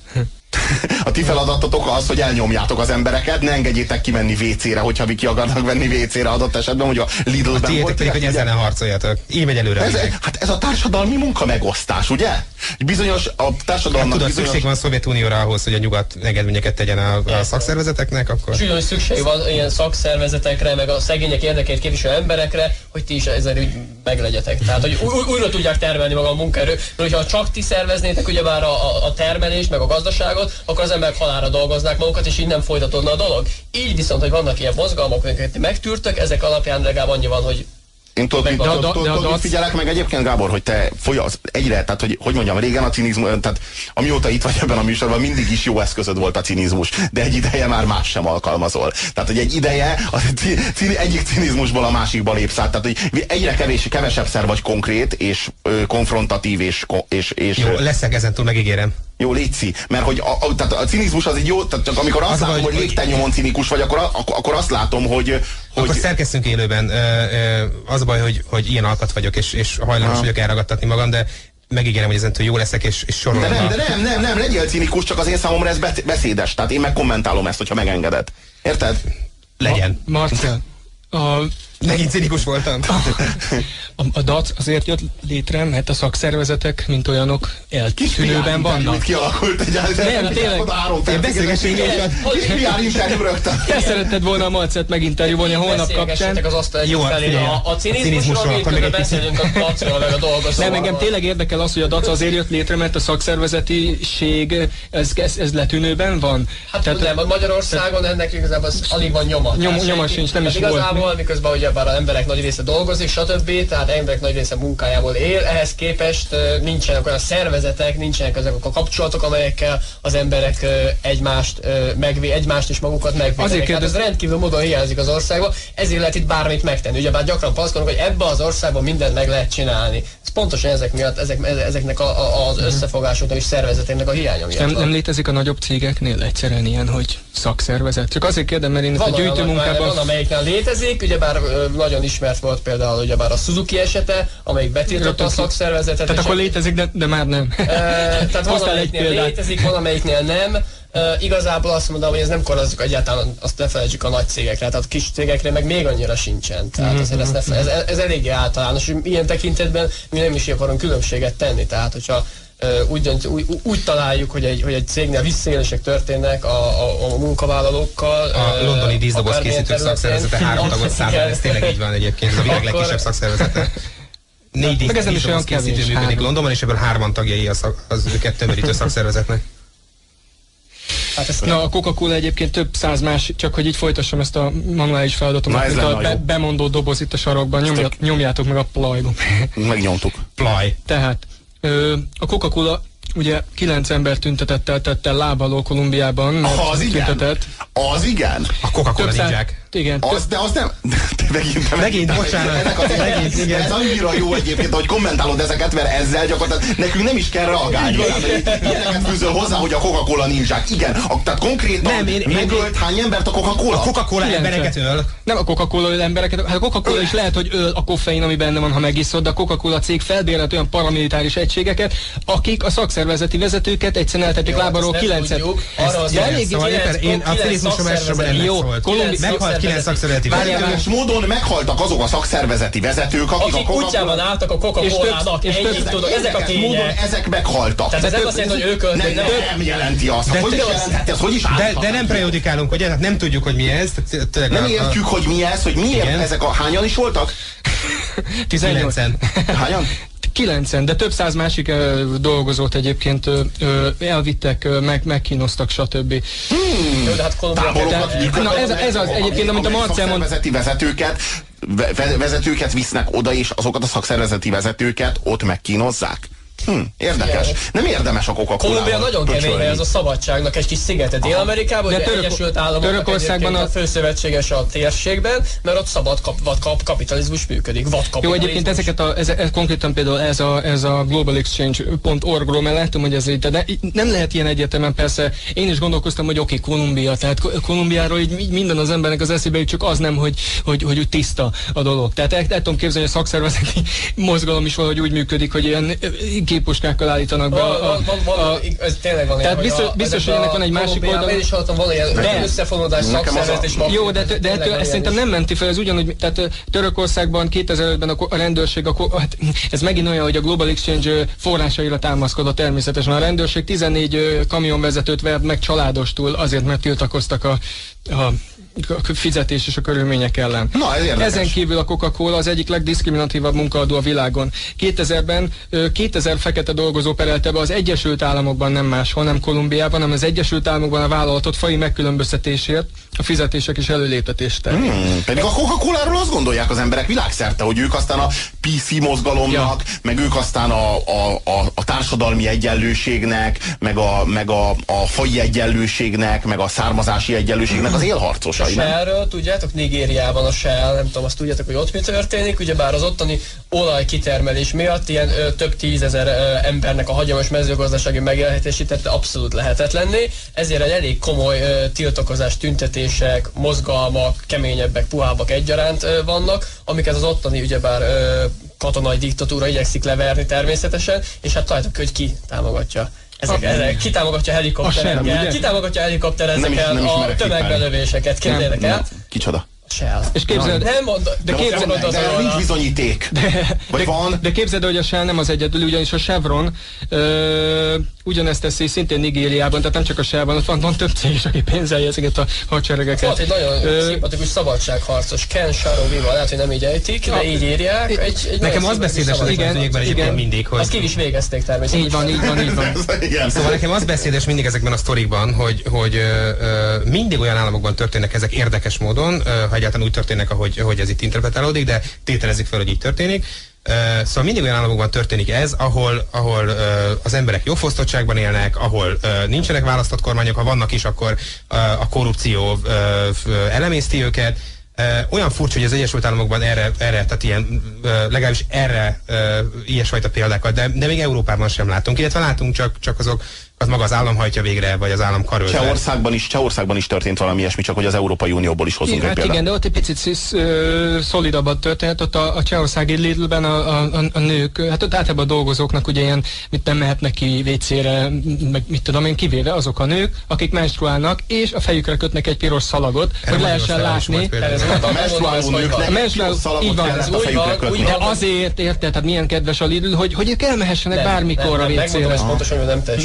A ti feladatotok az, hogy elnyomjátok az embereket, ne engedjétek kimenni WC-re, hogyha ki akarnak venni WC-re adott esetben, hogy a Lidl-ben volt. Pedig, hogy ezzel ne harcoljatok. Így megy előre. Hát ez a társadalmi munkamegosztás, ugye? Bizonyos a társadalomnak... Hát tudod, szükség van a Szovjetunióra ahhoz, hogy a nyugat engedményeket tegyen a szakszervezeteknek, akkor... És ugyanúgy szükség van ilyen szakszervezetekre, meg a szegények érdekeit képviselő emberekre, hogy ti is ezen úgy meglegyetek. Tehát, hogy újra tudják termelni maga a munkaerő. Mert hogyha csak ti szerveznétek ugyebár a termelést, meg a gazdaságot, akkor az emberek halálra dolgoznák magukat, és így nem folytatódna a dolog. Így viszont, hogy vannak ilyen mozgalmak, amiket megtűrtök, ezek alapján legalább annyi van, hogy én tudod, figyelek meg egyébként, Gábor, hogy te folyamsz egyre, tehát hogy mondjam, régen a cinizmus, tehát amióta itt vagy ebben a műsorban, mindig is jó eszközöd volt a cinizmus, de egy ideje már más sem alkalmazol. Tehát, hogy egy ideje egyik cinizmusból a másikba lépsz át, tehát, hogy egyre kevesebbszer vagy konkrét, és konfrontatív, és jó, leszek ezentúl, megígérem. Jó, létszi, mert hogy tehát a cinizmus az egy jó, tehát csak amikor azt látom, hogy légtennyomon cinikus vagy, akkor azt látom, hogy akkor szerkesztünk élőben. Az a baj, hogy ilyen alkat vagyok, és hajlamos vagyok elragadtatni magam, de megígérem, hogy ezentől jó leszek, és sorolom. De nem, legyél cinikus, csak az én számomra ez beszédes. Tehát én meg kommentálom ezt, hogyha megengeded. Érted? Legyen. Marcel, megint cinikus voltam. A DAC azért jött létre, mert a szakszervezetek, mint olyanok, eltűnőben vannak. Kialakult egyáltalán. Nem, tényleg. Beszélgessünk kis PR interjú rögtön. Te szeretted volna a Marcet meginterjúvolni a holnap kapcsán. Az asztal egyik felé. A cinizmusról itt beszélünk a DAC-ról, meg a dolgozóval. Nem, engem tényleg érdekel az, hogy a DAC azért jött létre, mert a szakszervezetiség, ez letűnőben van. Hát nem, Magyarországon ennek igazából alig van nyoma. Nyoma sincs, nem is volt. Igazából, miközben ugye bár az emberek nagy része dolgozik, stb. Tehát emberek nagy része munkájából él, ehhez képest nincsenek olyan szervezetek, nincsenek ezek a kapcsolatok, amelyekkel az emberek egymást és magukat megvédenek. Hát ez rendkívül módon hiányzik az országban, ezért lehet itt bármit megtenni. Ugyebár gyakran panaszkodunk, hogy ebben az országban mindent meg lehet csinálni. Ez pontosan ezek miatt, ezeknek az összefogásoknak és szervezeteknek a hiánya miatt. Nem létezik a nagyobb cégeknél egyszerűen ilyen, hogy szakszervezet? Csak azért kérdem, mert én a gyűjtőmunkában... Van, amelyiknél létezik, ugyebár nagyon ismert volt például ugyebár a Suzuki esete, amelyik betiltotta a szakszervezetet. Tehát akkor létezik, de már nem. Tehát van, amelyiknél létezik, van, amelyiknél nem. Igazából azt mondom, hogy ez nem korlátozik egyáltalán, azt ne felejtsük a nagy cégekre, tehát a kis cégekre meg még annyira sincsen. Tehát azért ez eléggé általános, és ilyen tekintetben mi nem is akarunk különbséget tenni. Tehát, hogyha úgy találjuk, hogy egy cégnél visszaélések történnek a munkavállalókkal. A londoni díszdoboz készítők szakszervezete 3 tagot számol, ez tényleg így van egyébként, a világ legkisebb szakszervezete. 4 díszdoboz készítő működik Londonban, és ebből 3 tagjai az őket tömörítő szakszervezetnek. Hát a Coca-Cola egyébként több száz más, csak hogy így folytassam ezt a manuális feladatomat, mint a bemondó doboz itt a sarokban, nyomjátok meg a plajba. Megnyomtuk. Plaj. Tehát A Coca-Cola ugye 9 ember tette el lábaló Kolumbiában. Az igen. Az igen. A Coca-Cola ninják. Igen. De az nem... Megint, bocsánat. Ez annyira jó egyébként, hogy kommentálod ezeket, mert ezzel gyakorlatilag nekünk nem is kell reagálni. Ilyeneket fűzöl hozzá, hogy a Coca-Cola nincsák. Igen, tehát konkrétan megölt hány embert a Coca-Cola? A Coca-Cola embereket öl. Nem a Coca-Cola öl embereket, hát a Coca-Cola is lehet, hogy öl a koffein, ami benne van, ha megiszod, de a Coca-Cola cég felbérelt olyan paramilitáris egységeket, akik a szakszervezeti vezetőket egyszerűen eltették lábalról 9-et. Én a filizmusom elsősorban ennek szólt. Meghalt 9 szakszervezeti vezetők. Módon meghaltak azok a szakszervezeti vezetők, akik útjában álltak a Coca-Colának. Ennyit tudok, ezek a tények. Ezek meghaltak. Tehát ez nem azt jelenti, hogy ők ölték. Nem jelenti azt. Hogy is jelentheti, ez hogy is állhat? De nem prejudikálunk, ugye? Nem tudjuk, hogy mi ez. Nem értjük, hogy mi ez, hogy miért ezek a... Hányan is voltak? 18-en. Hányan? 9-en, de több száz másik dolgozót egyébként elvittek, megkínoztak, stb. Jó, de hát ez az egyébként, amit a Marcel mond... Vezetőket visznek oda, és azokat a szakszervezeti vezetőket ott megkínozzák. Érdekes. Igen. Nem érdemes a Coca-Cola-val. Kolumbia nagyon kemény hely, ez a szabadságnak egy kis szigete Dél-Amerikában, hogy Egyesült Államoknak egyébként a főszövetséges a térségben, mert ott szabad kapitalizmus működik. Jó, egyébként ezeket konkrétan például ez a globalexchange.org-ról, mert látom, hogy ez így, de nem lehet ilyen egyetemen, persze én is gondolkoztam, hogy oké, Kolumbia, tehát Kolumbiáról így minden az embernek az eszébe jut, csak az nem, hogy úgy tiszta a dolog. Tehát el tudom képzelni, hogy a szakszervezeti mozgalom is valahogy úgy működik, hogy ilyen képuskákkal állítanak be. Ez tényleg van. Tehát biztos, hogy ennek van egy másik oldal. Én is hallottam, van ilyen összefonódás, szakszervezet. Jó, de ezt szerintem nem menti fel, ez ugyanúgy, tehát Törökországban 2005-ben a rendőrség, hát ez megint olyan, hogy a Global Exchange forrásaira támaszkodott természetesen. A rendőrség 14 kamionvezetőt vert meg családostul azért, mert tiltakoztak a fizetés és a körülmények ellen. Na, ez érdekes. Ezen kívül a Coca-Cola az egyik legdiszkriminatívabb munkaadó a világon. 2000-ben 2000 fekete dolgozó perelte be az Egyesült Államokban, nem máshol, nem Kolumbiában, hanem az Egyesült Államokban a vállalatot faji megkülönböztetésért, a fizetések és előléptetést. Pedig a Coca-Coláról azt gondolják az emberek világszerte, hogy ők aztán a PC mozgalomnak, meg ők aztán a társadalmi egyenlőségnek, meg a faji egyenlőségnek, meg a származási egyenlőségnek az élharcos. A Shell-ről tudjátok, Nigériában a Shell, nem tudom, azt tudjátok, hogy ott mi történik, ugyebár az ottani olajkitermelés miatt ilyen több 10 000 embernek a hagyományos mezőgazdasági megélhetését abszolút lehetetlenné, ezért egy elég komoly tiltakozás, tüntetések, mozgalmak, keményebbek, puhábbak egyaránt vannak, amiket az ottani ugyebár katonai diktatúra igyekszik leverni természetesen, és hát találtuk, hogy ki támogatja. Ki támogatja helikopterekkel, ki támogatja helikopterezekkel a tömegbelövéseket, képzeljétek el. Kicsoda? Shell. És képzeld, de nincs bizonyíték. Vagy van? De képzeld, hogy a Shell nem az egyedül, ugyanis a Chevron ugyanezt teszi szintén Nigériában, tehát nem csak a Shell van több cég is, aki pénzelje ezeket a hadseregeket. Volt egy nagyon szimpatikus szabadságharcos, Ken Sharovival, lehet, hogy nem így ejtik, de így írják. Nekem az beszédes az ügyekben egyébként mindig, hogy... Azt ki is végezték természetesen. Így van. Szóval nekem az beszédes mindig ezekben a sztorikban, hogy mindig olyan államokban történnek ezek érdekes módon, ha egyáltalán úgy történnek, ahogy ez itt interpretálódik, de tételezik fel, hogy így történik. Szóval mindig olyan államokban történik ez, ahol az emberek jó fosztottságban élnek, ahol nincsenek választott kormányok, ha vannak is, akkor a korrupció elemészti őket. Olyan furcsa, hogy az Egyesült Államokban erre tehát ilyen, legalábbis erre ilyesfajta példákat, de még Európában sem látunk, illetve látunk csak az maga az állam hajtja végre, vagy az állam karöltve. Csehországban is történt valami ilyesmi, csak hogy az Európai Unióból is hozunk egy példát. Igen, de ott egy picit szolidabban történt, ott a csehországi Lidlben a nők, hát ott általában a dolgozóknak ugye ilyen, mit nem mehetnek ki WC-re, meg mit tudom én, kivéve azok a nők, akik menstruálnak, és a fejükre kötnek egy piros szalagot, hogy lehessen látni. A menstruáló nőknek piros szalagot kellett a fejükre kötni. De azért érted, tehát milyen kedves a Lidl, hogy ők elmehessenek bármikor a WC-re. Pontosan, hogy nem teljesen értem.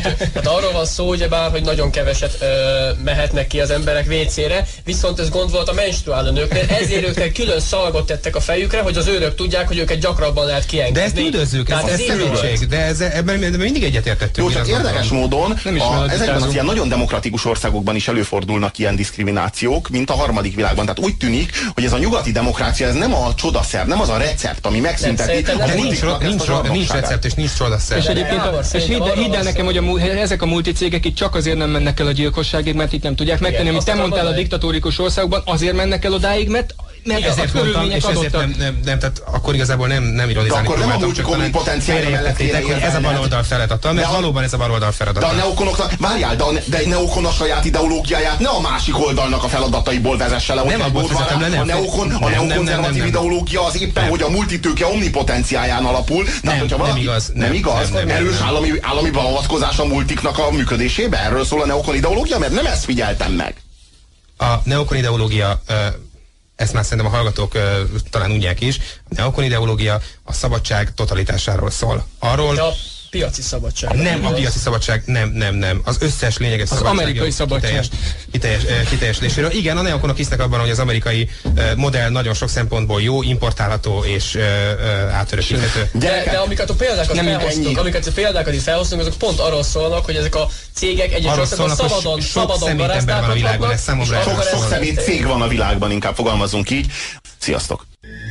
Tehát arról van szó, ugyebár, hogy nagyon keveset mehetnek ki az emberek WC-re, viszont ez gond volt a menstruáló nőknél, ezért ők külön szalagot tettek a fejükre, hogy az őrök tudják, hogy őket gyakrabban lehet kiengedni. De ezt üdvözlük, ez személység, de ebben mindig egyetértettünk. Jó, csak érdekes módon ezekben az ilyen nagyon demokratikus országokban is előfordulnak ilyen diszkriminációk, mint a harmadik világban. Tehát úgy tűnik, hogy ez a nyugati demokrácia, ez nem a csodaszer, nem az a recept, ami megszünteti. Nincs recept és nincs csodaszer. És egyébként, hidd el nekem, hogy ezek a multicégek itt csak azért nem mennek el a gyilkosságig, mert itt nem tudják megtenni, amit te mondtál a diktatórikus országokban, azért mennek el odáig, mert ezért mondtam, és ezért nem, tehát akkor igazából nem ironizálni próbáltam. Akkor nem a multikommun potenciálja mellett hogy ez a baloldal feladata, mert valóban ez a baloldal feladata. De a neokonoknak, várjál, de egy neokon a saját ideológiáját ne a másik oldalnak a feladataiból vezesse le, hogy nem abból vezetem le, a neokonzervatív ideológia az éppen, hogy a multitőke omnipotenciáján alapul. Nem igaz. Nem igaz? Erős állami beavatkozás a multiknak a működésébe? Erről szól a neokon ideológia? Mert nem ezt figyeltem meg. A neokon ideológia, ezt már szerintem a hallgatók talán tudják is, a neokon ideológia a szabadság totalitásáról szól. Arról... De a piaci szabadság. Nem, a piaci szabadság, nem. Az összes lényeges szabadság. Az amerikai szabadság. Kiteljesüléséről. Igen, a neokonok hisznek abban, hogy az amerikai modell nagyon sok szempontból jó, importálható és átörökíthető. De amiket a példákat is felhoztunk, azok pont arról szólnak, hogy ezek a cégek egyes országban szabadon garázdálkodnak. Sok szemét cég van a világban, inkább fogalmazunk így. Sziasztok!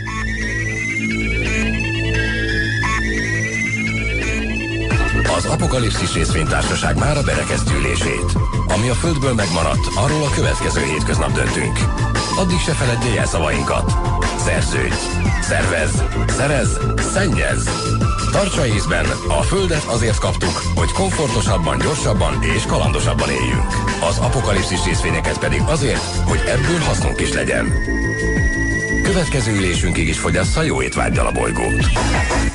Az Apokalipszis részvénytársaság mára berekezd ülését. Ami a Földből megmaradt, arról a következő hétköznap döntünk. Addig se feledjél el szavainkat. Szerződj, szervezz, szerezz, szennyezz. Tartsa észben, a Földet azért kaptuk, hogy komfortosabban, gyorsabban és kalandosabban éljünk. Az Apokalipszis részvényeket pedig azért, hogy ebből hasznunk is legyen. Következő ülésünkig is fogyassza jó étvággyal a bolygót.